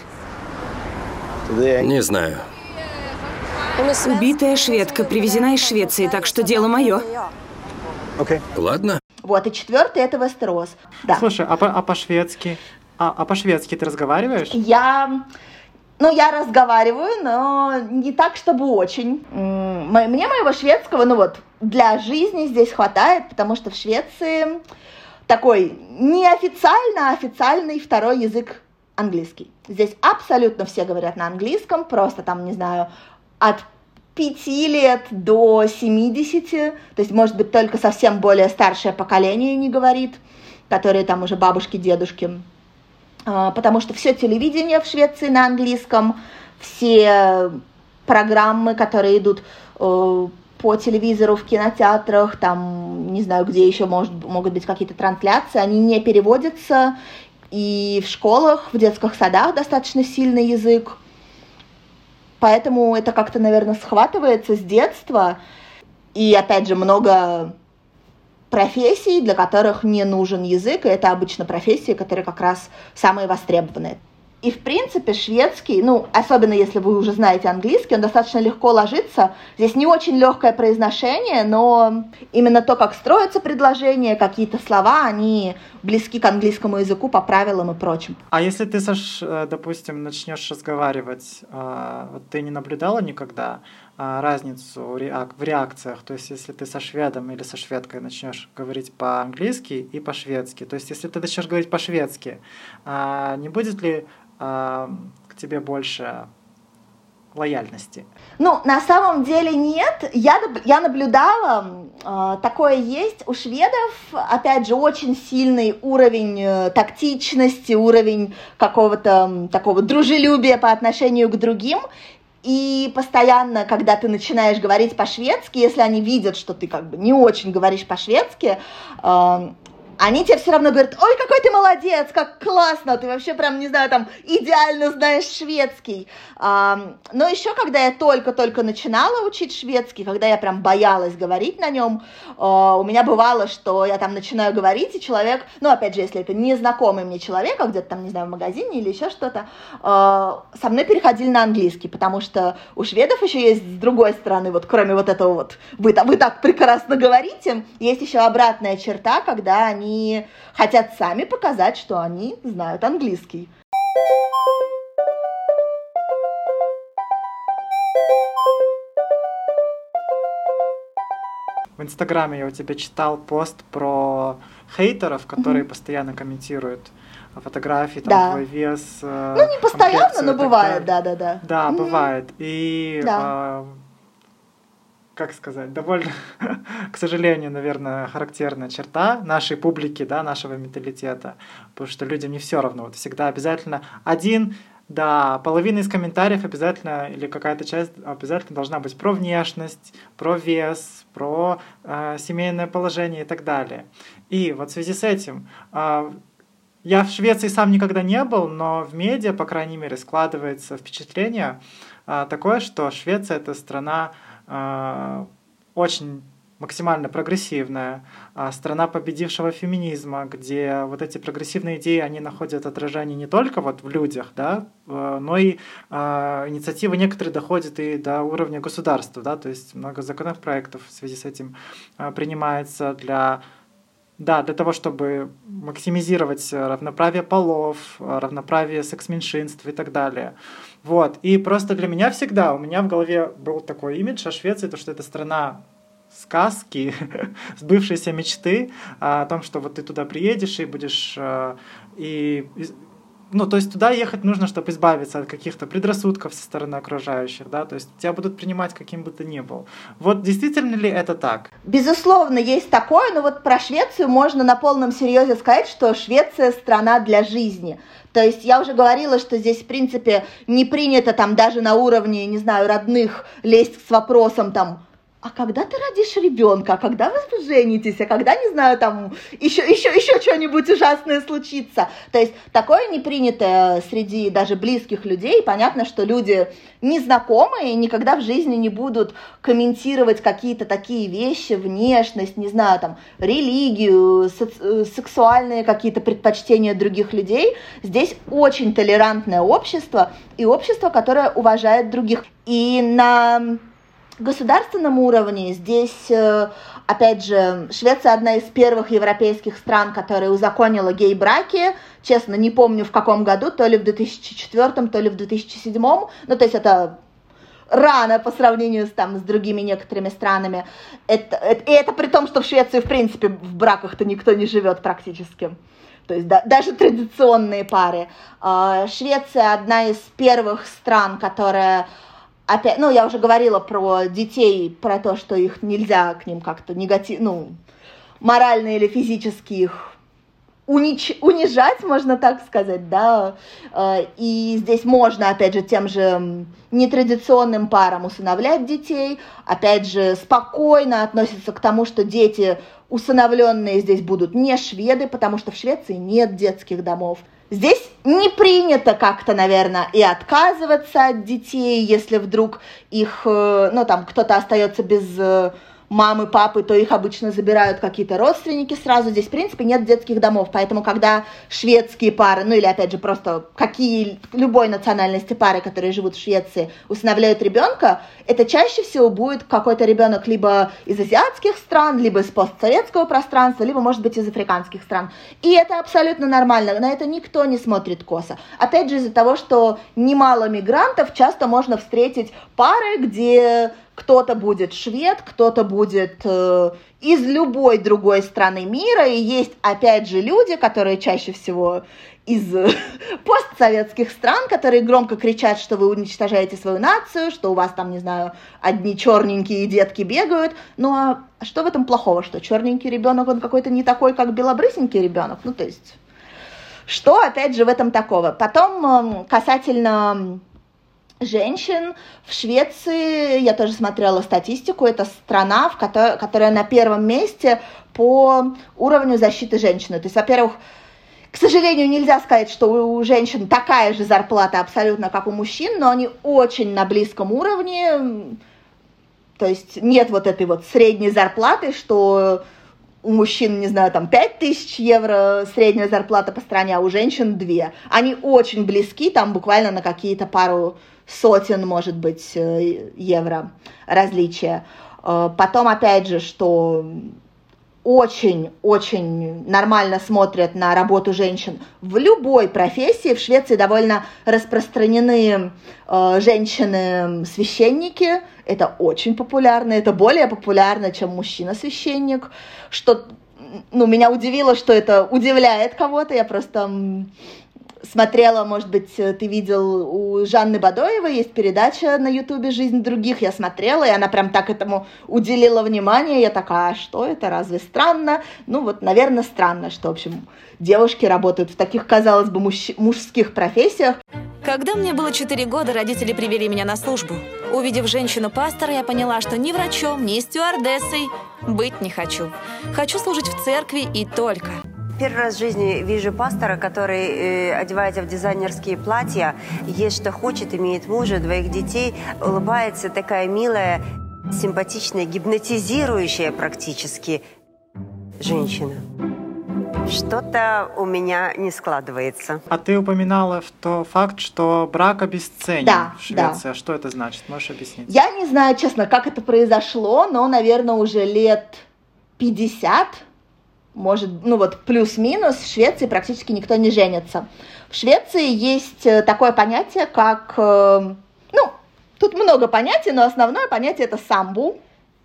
Не знаю. Убитая шведка привезена из Швеции, так что дело мое. Okay. Ладно. Вот, и четвертый это Вестерос. Да. Слушай, а, по- а по-шведски? А, а по-шведски ты разговариваешь? Я... Ну, я разговариваю, но не так, чтобы очень. Мне моего шведского, ну вот, для жизни здесь хватает, потому что в Швеции... такой неофициально, а официальный второй язык английский. Здесь абсолютно все говорят на английском, просто там, не знаю, от пяти лет до семидесяти, то есть, может быть, только совсем более старшее поколение не говорит, которые там уже бабушки, дедушки, потому что все телевидение в Швеции на английском, все программы, которые идут по телевизору, в кинотеатрах, там, не знаю, где еще может, могут быть какие-то трансляции, они не переводятся, и в школах, в детских садах достаточно сильный язык, поэтому это как-то, наверное, схватывается с детства, и, опять же, много профессий, для которых не нужен язык, и это обычно профессии, которые как раз самые востребованные. И, в принципе, шведский, ну, особенно если вы уже знаете английский, он достаточно легко ложится. Здесь не очень легкое произношение, но именно то, как строятся предложения, какие-то слова, они близки к английскому языку по правилам и прочим. А если ты, Саш, допустим, начнешь разговаривать, вот ты не наблюдала никогда разницу в реакциях? То есть, если ты со шведом или со шведкой начнешь говорить по-английски и по-шведски, то есть, если ты начнешь говорить по-шведски, не будет ли к тебе больше лояльности? Ну, на самом деле нет. Я, я наблюдала, э, такое есть у шведов, опять же, очень сильный уровень э, тактичности, уровень какого-то такого дружелюбия по отношению к другим. И постоянно, когда ты начинаешь говорить по-шведски, если они видят, что ты как бы не очень говоришь по-шведски, э, они тебе все равно говорят: ой, какой ты молодец, как классно, ты вообще прям, не знаю, там, идеально знаешь шведский. А, но еще, когда я только-только начинала учить шведский, когда я прям боялась говорить на нем, а, у меня бывало, что я там начинаю говорить, и человек, ну, опять же, если это незнакомый мне человек, а где-то там, не знаю, в магазине или еще что-то, а, со мной переходили на английский, потому что у шведов еще есть с другой стороны, вот кроме вот этого вот, вы, вы так прекрасно говорите, есть еще обратная черта, когда они Они хотят сами показать, что они знают английский. В Инстаграме я у тебя читал пост про хейтеров, которые mm-hmm. постоянно комментируют фотографии, там, да. твой вес. Ну, не постоянно, но бывает, да-да-да. Да, mm-hmm. бывает. И... Да. как сказать, довольно, к сожалению, наверное, характерная черта нашей публики, да, нашего менталитета, потому что людям не все равно. Вот всегда обязательно один Да, половина из комментариев обязательно, или какая-то часть обязательно должна быть про внешность, про вес, про э, семейное положение и так далее. И вот в связи с этим, э, я в Швеции сам никогда не был, но в медиа, по крайней мере, складывается впечатление э, такое, что Швеция — это страна э, очень максимально прогрессивная, страна победившего феминизма, где вот эти прогрессивные идеи, они находят отражение не только вот в людях, да, но и а, инициативы некоторые доходят и до уровня государства, да, то есть много законопроектов в связи с этим а, принимается для, да, для того, чтобы максимизировать равноправие полов, равноправие секс-меньшинств и так далее. Вот. И просто для меня всегда, у меня в голове был такой имидж о Швеции, то, что это страна сказки, сбывшиеся мечты о том, что вот ты туда приедешь и будешь... И, ну, то есть туда ехать нужно, чтобы избавиться от каких-то предрассудков со стороны окружающих, да, то есть тебя будут принимать каким бы ты ни был. Вот действительно ли это так? Безусловно, есть такое, но вот про Швецию можно на полном серьезе сказать, что Швеция — страна для жизни. То есть я уже говорила, что здесь, в принципе, не принято там даже на уровне, не знаю, родных лезть с вопросом там: а когда ты родишь ребенка, а когда вы женитесь, а когда, не знаю, там еще, еще, еще что-нибудь ужасное случится. То есть такое не принято среди даже близких людей. Понятно, что люди незнакомые никогда в жизни не будут комментировать какие-то такие вещи, внешность, не знаю, там, религию, сексуальные какие-то предпочтения других людей. Здесь очень толерантное общество и общество, которое уважает других. И на государственном уровне здесь, опять же, Швеция одна из первых европейских стран, которая узаконила гей-браки. Честно, не помню в каком году, то ли в две тысячи четвёртом, то ли в две тысячи седьмом. Ну, то есть это рано по сравнению с, там, с другими некоторыми странами. Это, это, и это при том, что в Швеции, в принципе, в браках-то никто не живет практически. То есть да, даже традиционные пары. Швеция одна из первых стран, которая... Опять, ну, я уже говорила про детей, про то, что их нельзя к ним как-то негативно, ну, морально или физически их унич... унижать, можно так сказать, да, и здесь можно, опять же, тем же нетрадиционным парам усыновлять детей, опять же, спокойно относятся к тому, что дети усыновленные здесь будут не шведы, потому что в Швеции нет детских домов. Здесь не принято как-то, наверное, и отказываться от детей, если вдруг их, ну, там, кто-то остается без мамы, папы, то их обычно забирают какие-то родственники сразу. Здесь, в принципе, нет детских домов, поэтому, когда шведские пары, ну, или, опять же, просто какие, любой национальности пары, которые живут в Швеции, усыновляют ребенка, это чаще всего будет какой-то ребенок либо из азиатских стран, либо из постсоветского пространства, либо, может быть, из африканских стран. И это абсолютно нормально, на это никто не смотрит косо. Опять же, из-за того, что немало мигрантов, часто можно встретить пары, где кто-то будет швед, кто-то будет э, из любой другой страны мира, и есть, опять же, люди, которые чаще всего из э, постсоветских стран, которые громко кричат, что вы уничтожаете свою нацию, что у вас там, не знаю, одни черненькие детки бегают. Ну а что в этом плохого, что черненький ребенок, он какой-то не такой, как белобрысенький ребенок? Ну то есть, что, опять же, в этом такого? Потом, э, касательно женщин, в Швеции, я тоже смотрела статистику, это страна, в которой, которая на первом месте по уровню защиты женщины. То есть, во-первых, к сожалению, нельзя сказать, что у женщин такая же зарплата абсолютно, как у мужчин, но они очень на близком уровне. То есть нет вот этой вот средней зарплаты, что у мужчин, не знаю, там пять тысяч евро средняя зарплата по стране, а у женщин две. Они очень близки, там буквально на какие-то пару сотен, может быть, евро различия. Потом, опять же, что очень-очень нормально смотрят на работу женщин в любой профессии. В Швеции довольно распространены э, женщины-священники. Это очень популярно, это более популярно, чем мужчина-священник. Что, ну, меня удивило, что это удивляет кого-то. Я просто смотрела, может быть, ты видел, у Жанны Бадоевой есть передача на Ютубе «Жизнь других». Я смотрела, и она прям так этому уделила внимание. Я такая: а что это, разве странно? Ну вот, наверное, странно, что, в общем, девушки работают в таких, казалось бы, муж- мужских профессиях. Когда мне было четыре года, родители привели меня на службу. Увидев женщину-пастора, я поняла, что ни врачом, ни стюардессой быть не хочу. Хочу служить в церкви и только. Первый раз в жизни вижу пастора, который э, одевается в дизайнерские платья, ест что хочет, имеет мужа, двоих детей, улыбается, такая милая, симпатичная, гипнотизирующая практически женщина. Что-то у меня не складывается. А ты упоминала то факт, что брак обесценен да, в Швеции. Да. Что это значит? Можешь объяснить? Я не знаю, честно, как это произошло, но, наверное, уже лет пятьдесят, может, ну вот плюс-минус, в Швеции практически никто не женится. В Швеции есть такое понятие, как, ну, тут много понятий, но основное понятие это самбу.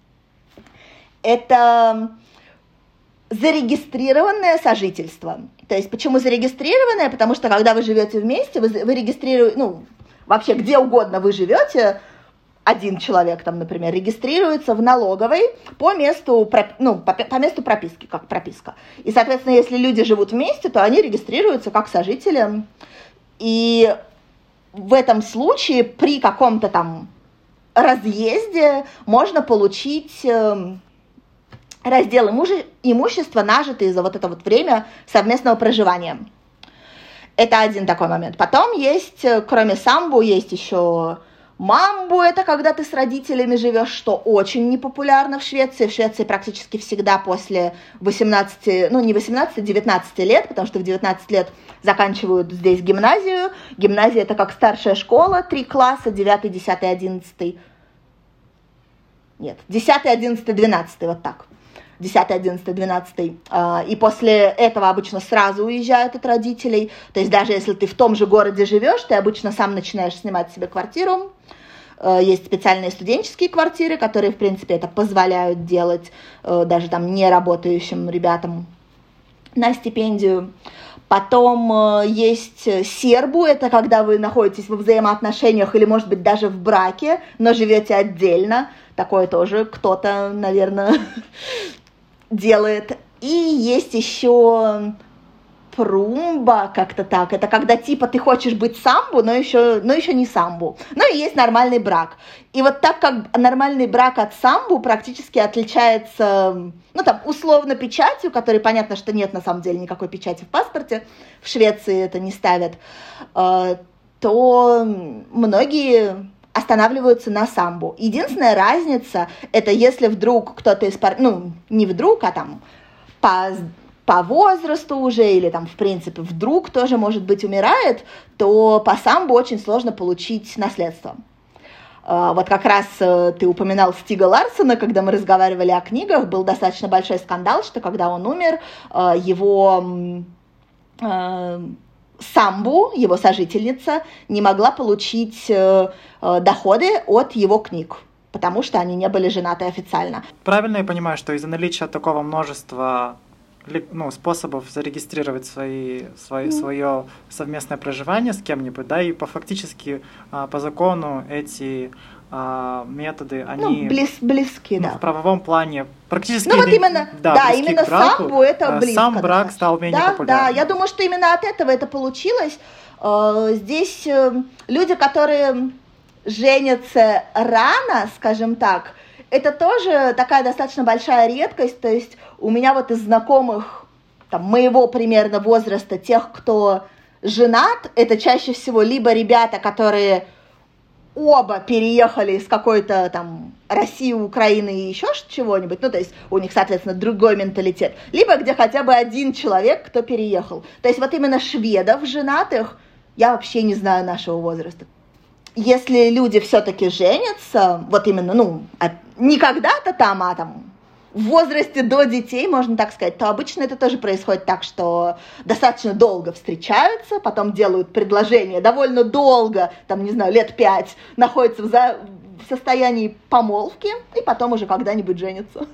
Это зарегистрированное сожительство. То есть почему зарегистрированное? Потому что когда вы живете вместе, вы, вы регистрируете, ну, вообще где угодно вы живете, один человек там, например, регистрируется в налоговой по месту, ну, по, по месту прописки, как прописка. И, соответственно, если люди живут вместе, то они регистрируются как сожители. И в этом случае при каком-то там разъезде можно получить раздел имуще- имущества, нажитые за вот это вот время совместного проживания. Это один такой момент. Потом есть, кроме самбу, есть еще мамбу. Это когда ты с родителями живешь, что очень непопулярно в Швеции. В Швеции практически всегда после восемнадцати, ну не восемнадцати, девятнадцати лет, потому что в девятнадцать лет заканчивают здесь гимназию. Гимназия это как старшая школа, три класса, девятый, десятый, одиннадцатый. Нет, десятый, одиннадцатый, двенадцатый, вот так. десятый, одиннадцатый, двенадцатый. И после этого обычно сразу уезжают от родителей. То есть даже если ты в том же городе живешь, ты обычно сам начинаешь снимать себе квартиру. Есть специальные студенческие квартиры, которые, в принципе, это позволяют делать даже там не работающим ребятам на стипендию. Потом есть сербу, это когда вы находитесь во взаимоотношениях или, может быть, даже в браке, но живете отдельно. Такое тоже кто-то, наверное, делает. И есть еще прумба, как-то так. Это когда типа ты хочешь быть самбу, но еще, но еще не самбу. Ну и есть нормальный брак. И вот так как нормальный брак от самбу практически отличается, ну там, условно печатью, которой понятно, что нет на самом деле никакой печати в паспорте, в Швеции это не ставят, то многие останавливаются на самбу. Единственная разница, это если вдруг кто-то из пар... ну, не вдруг, а там по, по возрасту уже, или там, в принципе, вдруг тоже, может быть, умирает, то по самбу очень сложно получить наследство. Вот как раз ты упоминал Стига Ларсона, когда мы разговаривали о книгах, был достаточно большой скандал, что когда он умер, его самбу, его сожительница, не могла получить э, э, доходы от его книг, потому что они не были женаты официально. Правильно я понимаю, что из-за наличия такого множества ну, способов зарегистрировать свои, свои, mm. свое совместное проживание с кем-нибудь, да, и по фактически по закону эти а, методы, они ну, близ, близки, ну, да. в правовом плане практически ну, вот именно, да, да, именно браку, самбу это близко. Сам брак стал менее да, популярным. Да, я думаю, что именно от этого это получилось. Здесь люди, которые женятся рано, скажем так, это тоже такая достаточно большая редкость. То есть у меня вот из знакомых там, моего примерно возраста, тех, кто женат, это чаще всего либо ребята, которые оба переехали из какой-то там России, Украины и еще чего-нибудь, ну, то есть у них, соответственно, другой менталитет, либо где хотя бы один человек, кто переехал. То есть вот именно шведов женатых я вообще не знаю нашего возраста. Если люди все-таки женятся, вот именно, ну, не когда-то там, а там в возрасте до детей, можно так сказать, то обычно это тоже происходит так, что достаточно долго встречаются, потом делают предложение, довольно долго, там, не знаю, лет пять, находятся в, за... в состоянии помолвки, и потом уже когда-нибудь женятся.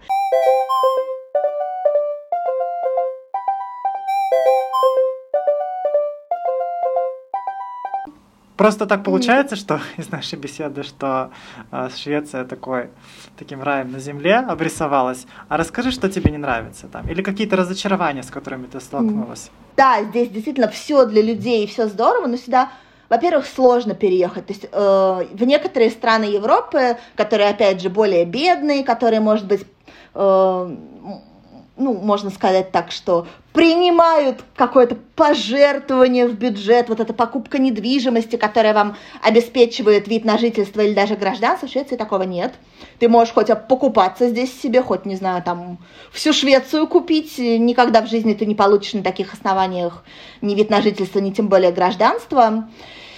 Просто так получается, что из нашей беседы, что э, Швеция такой, таким раем на земле обрисовалась. А расскажи, что тебе не нравится там, или какие-то разочарования, с которыми ты столкнулась. Да, здесь действительно все для людей, все здорово, но сюда во-первых, сложно переехать. То есть э, в некоторые страны Европы, которые, опять же, более бедные, которые, может быть, э, ну, можно сказать так, что принимают какое-то пожертвование в бюджет, вот эта покупка недвижимости, которая вам обеспечивает вид на жительство или даже гражданство, в Швеции такого нет. Ты можешь хоть покупаться здесь себе, хоть, не знаю, там, всю Швецию купить, никогда в жизни ты не получишь на таких основаниях ни вид на жительство, ни тем более гражданство.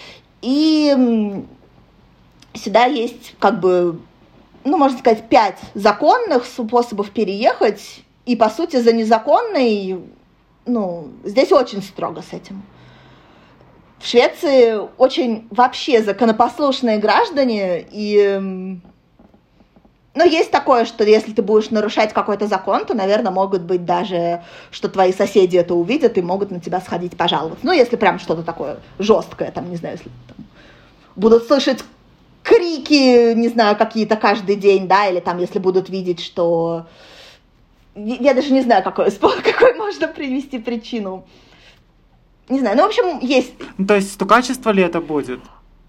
И сюда есть, как бы, ну, можно сказать, пять законных способов переехать, и, по сути, за незаконный, ну, здесь очень строго с этим. В Швеции очень вообще законопослушные граждане, и, ну, есть такое, что если ты будешь нарушать какой-то закон, то, наверное, могут быть даже, что твои соседи это увидят и могут на тебя сходить пожаловаться. Ну, если прям что-то такое жесткое, там, не знаю, если там, будут слышать крики, не знаю, какие-то каждый день, да, или там, если будут видеть, что... Я даже не знаю, какой, какой можно привести причину. Не знаю, ну, в общем, есть... Ну, то есть стукачество ли это будет?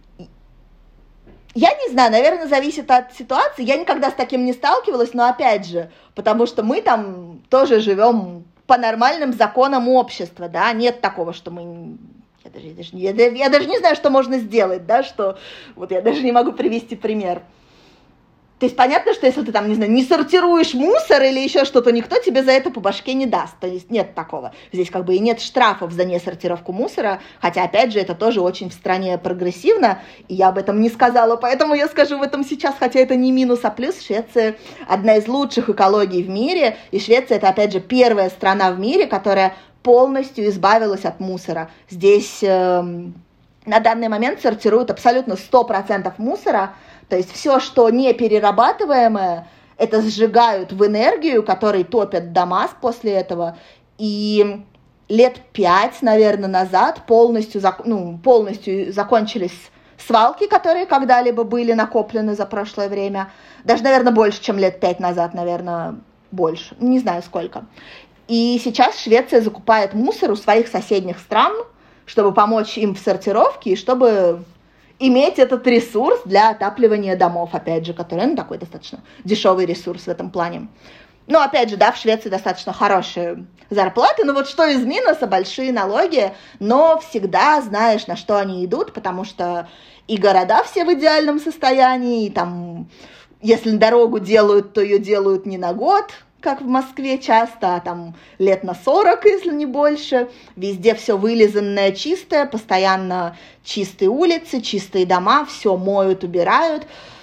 Я не знаю, наверное, зависит от ситуации. Я никогда с таким не сталкивалась, но опять же, потому что мы там тоже живем по нормальным законам общества, да, нет такого, что мы... Я даже, я даже, я, я даже не знаю, что можно сделать, да, что... Вот я даже не могу привести пример. То есть понятно, что если ты там, не знаю, не сортируешь мусор или еще что-то, никто тебе за это по башке не даст. То есть нет такого. Здесь как бы и нет штрафов за несортировку мусора, хотя, опять же, это тоже очень в стране прогрессивно, и я об этом не сказала, поэтому я скажу в этом сейчас, хотя это не минус, а плюс. Швеция одна из лучших экологий в мире, и Швеция это, опять же, первая страна в мире, которая полностью избавилась от мусора. Здесь э, на данный момент сортируют абсолютно сто процентов мусора. То есть все, что не перерабатываемое, это сжигают в энергию, которой топят дома после этого. И лет пять, наверное, назад полностью, ну, полностью закончились свалки, которые когда-либо были накоплены за прошлое время. Даже, наверное, больше, чем лет пять назад, наверное, больше. Не знаю, сколько. И сейчас Швеция закупает мусор у своих соседних стран, чтобы помочь им в сортировке и чтобы... иметь этот ресурс для отапливания домов, опять же, который, ну, такой достаточно дешевый ресурс в этом плане. Ну, опять же, да, в Швеции достаточно хорошие зарплаты, но вот что из минуса, большие налоги, но всегда знаешь, на что они идут, потому что и города все в идеальном состоянии, и там, если дорогу делают, то ее делают не на год, как в Москве часто, а там лет на сорок, если не больше. Везде все вылизанное, чистое, постоянно чистые улицы, чистые дома, все моют, убирают.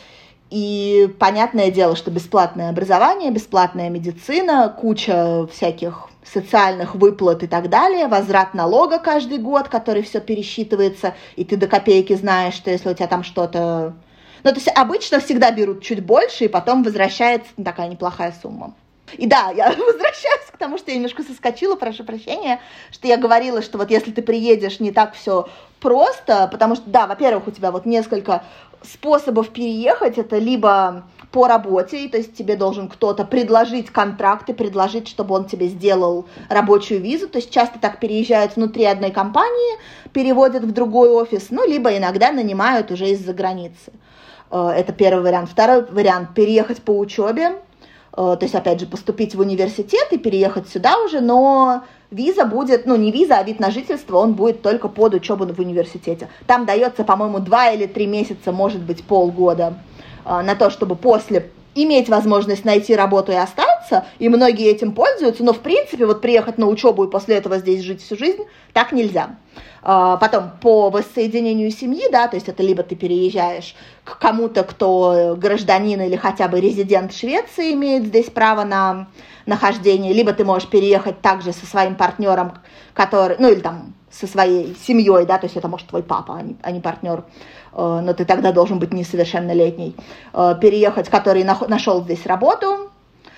И понятное дело, что бесплатное образование, бесплатная медицина, куча всяких социальных выплат и так далее, возврат налога каждый год, который все пересчитывается, и ты до копейки знаешь, что если у тебя там что-то... Ну, то есть обычно всегда берут чуть больше, и потом возвращается такая неплохая сумма. И да, я возвращаюсь к тому, что я немножко соскочила, прошу прощения, что я говорила, что вот если ты приедешь, не так все просто, потому что, да, во-первых, у тебя вот несколько способов переехать, это либо по работе, то есть тебе должен кто-то предложить контракты, предложить, чтобы он тебе сделал рабочую визу, то есть часто так переезжают внутри одной компании, переводят в другой офис, ну, либо иногда нанимают уже из-за границы. Это первый вариант. Второй вариант – переехать по учебе. То есть, опять же, поступить в университет и переехать сюда уже, но виза будет, ну, не виза, а вид на жительство, он будет только под учебу в университете. Там дается, по-моему, два или три месяца, может быть, полгода на то, чтобы после иметь возможность найти работу и остаться, и многие этим пользуются, но, в принципе, вот приехать на учебу и после этого здесь жить всю жизнь, так нельзя. Потом по воссоединению семьи, да, то есть это либо ты переезжаешь к кому-то, кто гражданин или хотя бы резидент Швеции, имеет здесь право на нахождение, либо ты можешь переехать также со своим партнером, который, ну или там со своей семьей, да, то есть это может твой папа, а не, а не партнер, но ты тогда должен быть несовершеннолетний, переехать, который нашел здесь работу.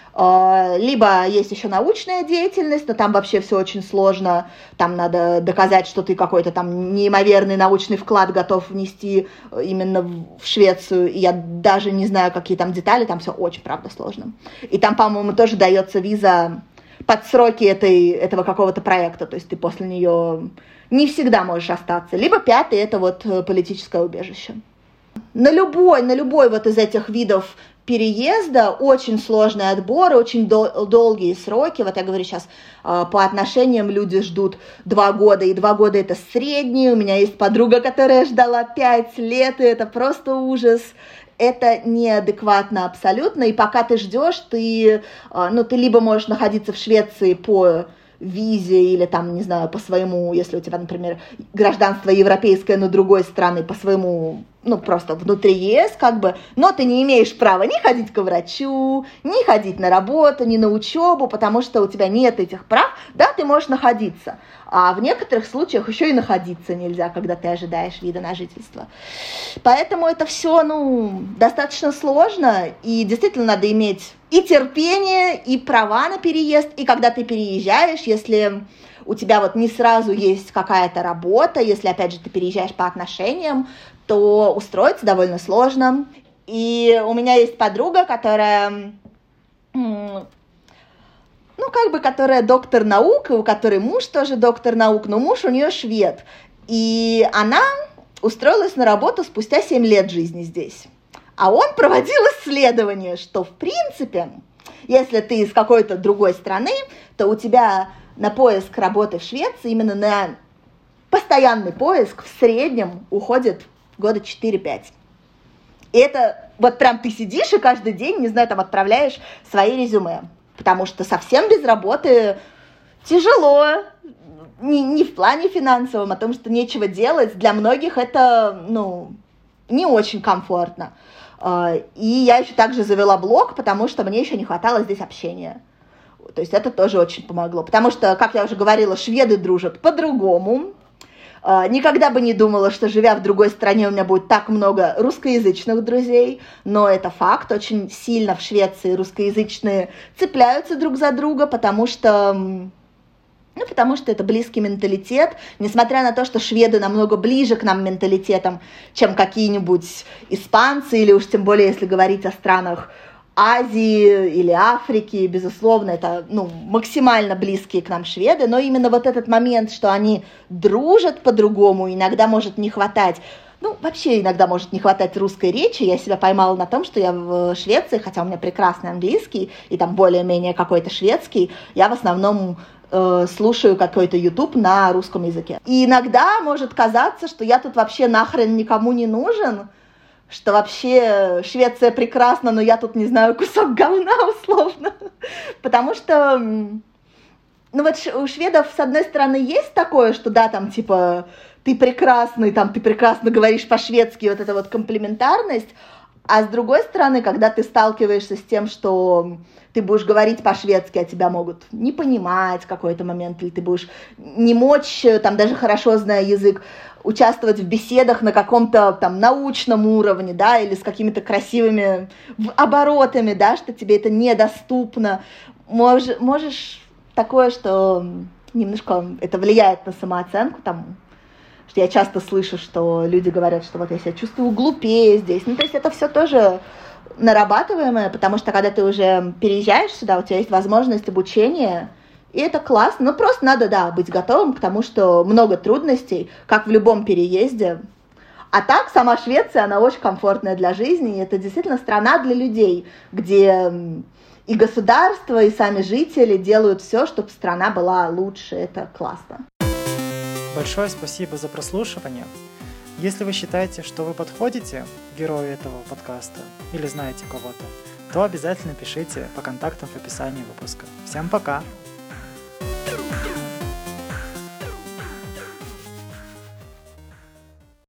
Либо есть еще научная деятельность, но там вообще все очень сложно, там надо доказать, что ты какой-то там неимоверный научный вклад готов внести именно в Швецию, и я даже не знаю, какие там детали, там все очень, правда, сложно. И там, по-моему, тоже дается виза под сроки этой, этого какого-то проекта, то есть ты после нее не всегда можешь остаться. Либо пятый – это вот политическое убежище. На любой, на любой вот из этих видов переезда очень сложный отбор, очень дол- долгие сроки. Вот я говорю сейчас, э, по отношениям люди ждут два года, и два года это средний. У меня есть подруга, которая ждала пять лет, и это просто ужас. Это неадекватно абсолютно, и пока ты ждешь, ты, э, ну, ты либо можешь находиться в Швеции по визе или там, не знаю, по своему, если у тебя, например, гражданство европейское, но другой страны, по своему, ну, просто внутри ЕС, как бы, но ты не имеешь права ни ходить к врачу, ни ходить на работу, ни на учебу, потому что у тебя нет этих прав, да, ты можешь находиться, а в некоторых случаях еще и находиться нельзя, когда ты ожидаешь вида на жительство. Поэтому это все, ну, достаточно сложно, и действительно надо иметь и терпение, и права на переезд, и когда ты переезжаешь, если у тебя вот не сразу есть какая-то работа, если, опять же, ты переезжаешь по отношениям, то устроиться довольно сложно. И у меня есть подруга, которая, ну, как бы, которая доктор наук, и у которой муж тоже доктор наук, но муж у нее швед. И она устроилась на работу спустя семь лет жизни здесь. А он проводил исследование, что, в принципе, если ты из какой-то другой страны, то у тебя на поиск работы в Швеции, именно на постоянный поиск, в среднем уходит года четыре-пять. И это вот прям ты сидишь и каждый день, не знаю, там отправляешь свои резюме. Потому что совсем без работы тяжело. Не, не в плане финансовом, а том, что нечего делать. Для многих это, ну, не очень комфортно. И я еще также завела блог, потому что мне еще не хватало здесь общения. То есть это тоже очень помогло. Потому что, как я уже говорила, шведы дружат по-другому. Никогда бы не думала, что, живя в другой стране, у меня будет так много русскоязычных друзей. Но это факт. Очень сильно в Швеции русскоязычные цепляются друг за друга, потому что... Ну, потому что это близкий менталитет, несмотря на то, что шведы намного ближе к нам менталитетом, чем какие-нибудь испанцы, или уж тем более, если говорить о странах Азии или Африки, безусловно, это, ну, максимально близкие к нам шведы, но именно вот этот момент, что они дружат по-другому, иногда может не хватать, ну, вообще иногда может не хватать русской речи. Я себя поймала на том, что я в Швеции, хотя у меня прекрасный английский и там более-менее какой-то шведский, я в основном слушаю какой-то YouTube на русском языке. И иногда может казаться, что я тут вообще нахрен никому не нужен, что вообще Швеция прекрасна, но я тут, не знаю, кусок говна условно. Потому что, ну вот у шведов, с одной стороны, есть такое, что да, там типа ты прекрасный, там ты прекрасно говоришь по-шведски, вот эта вот комплиментарность, а с другой стороны, когда ты сталкиваешься с тем, что ты будешь говорить по-шведски, а тебя могут не понимать в какой-то момент, или ты будешь не мочь, там даже хорошо зная язык, участвовать в беседах на каком-то там научном уровне, да, или с какими-то красивыми оборотами, да, что тебе это недоступно. Мож, можешь такое, что немножко это влияет на самооценку, там, что я часто слышу, что люди говорят, что вот я себя чувствую глупее здесь. Ну, то есть это все тоже нарабатываемое, потому что когда ты уже переезжаешь сюда, у тебя есть возможность обучения, и это классно. Ну, просто надо, да, быть готовым к тому, что много трудностей, как в любом переезде. А так, сама Швеция, она очень комфортная для жизни, и это действительно страна для людей, где и государство, и сами жители делают все, чтобы страна была лучше. Это классно. Большое спасибо за прослушивание. Если вы считаете, что вы подходите герою этого подкаста или знаете кого-то, то обязательно пишите по контактам в описании выпуска. Всем пока!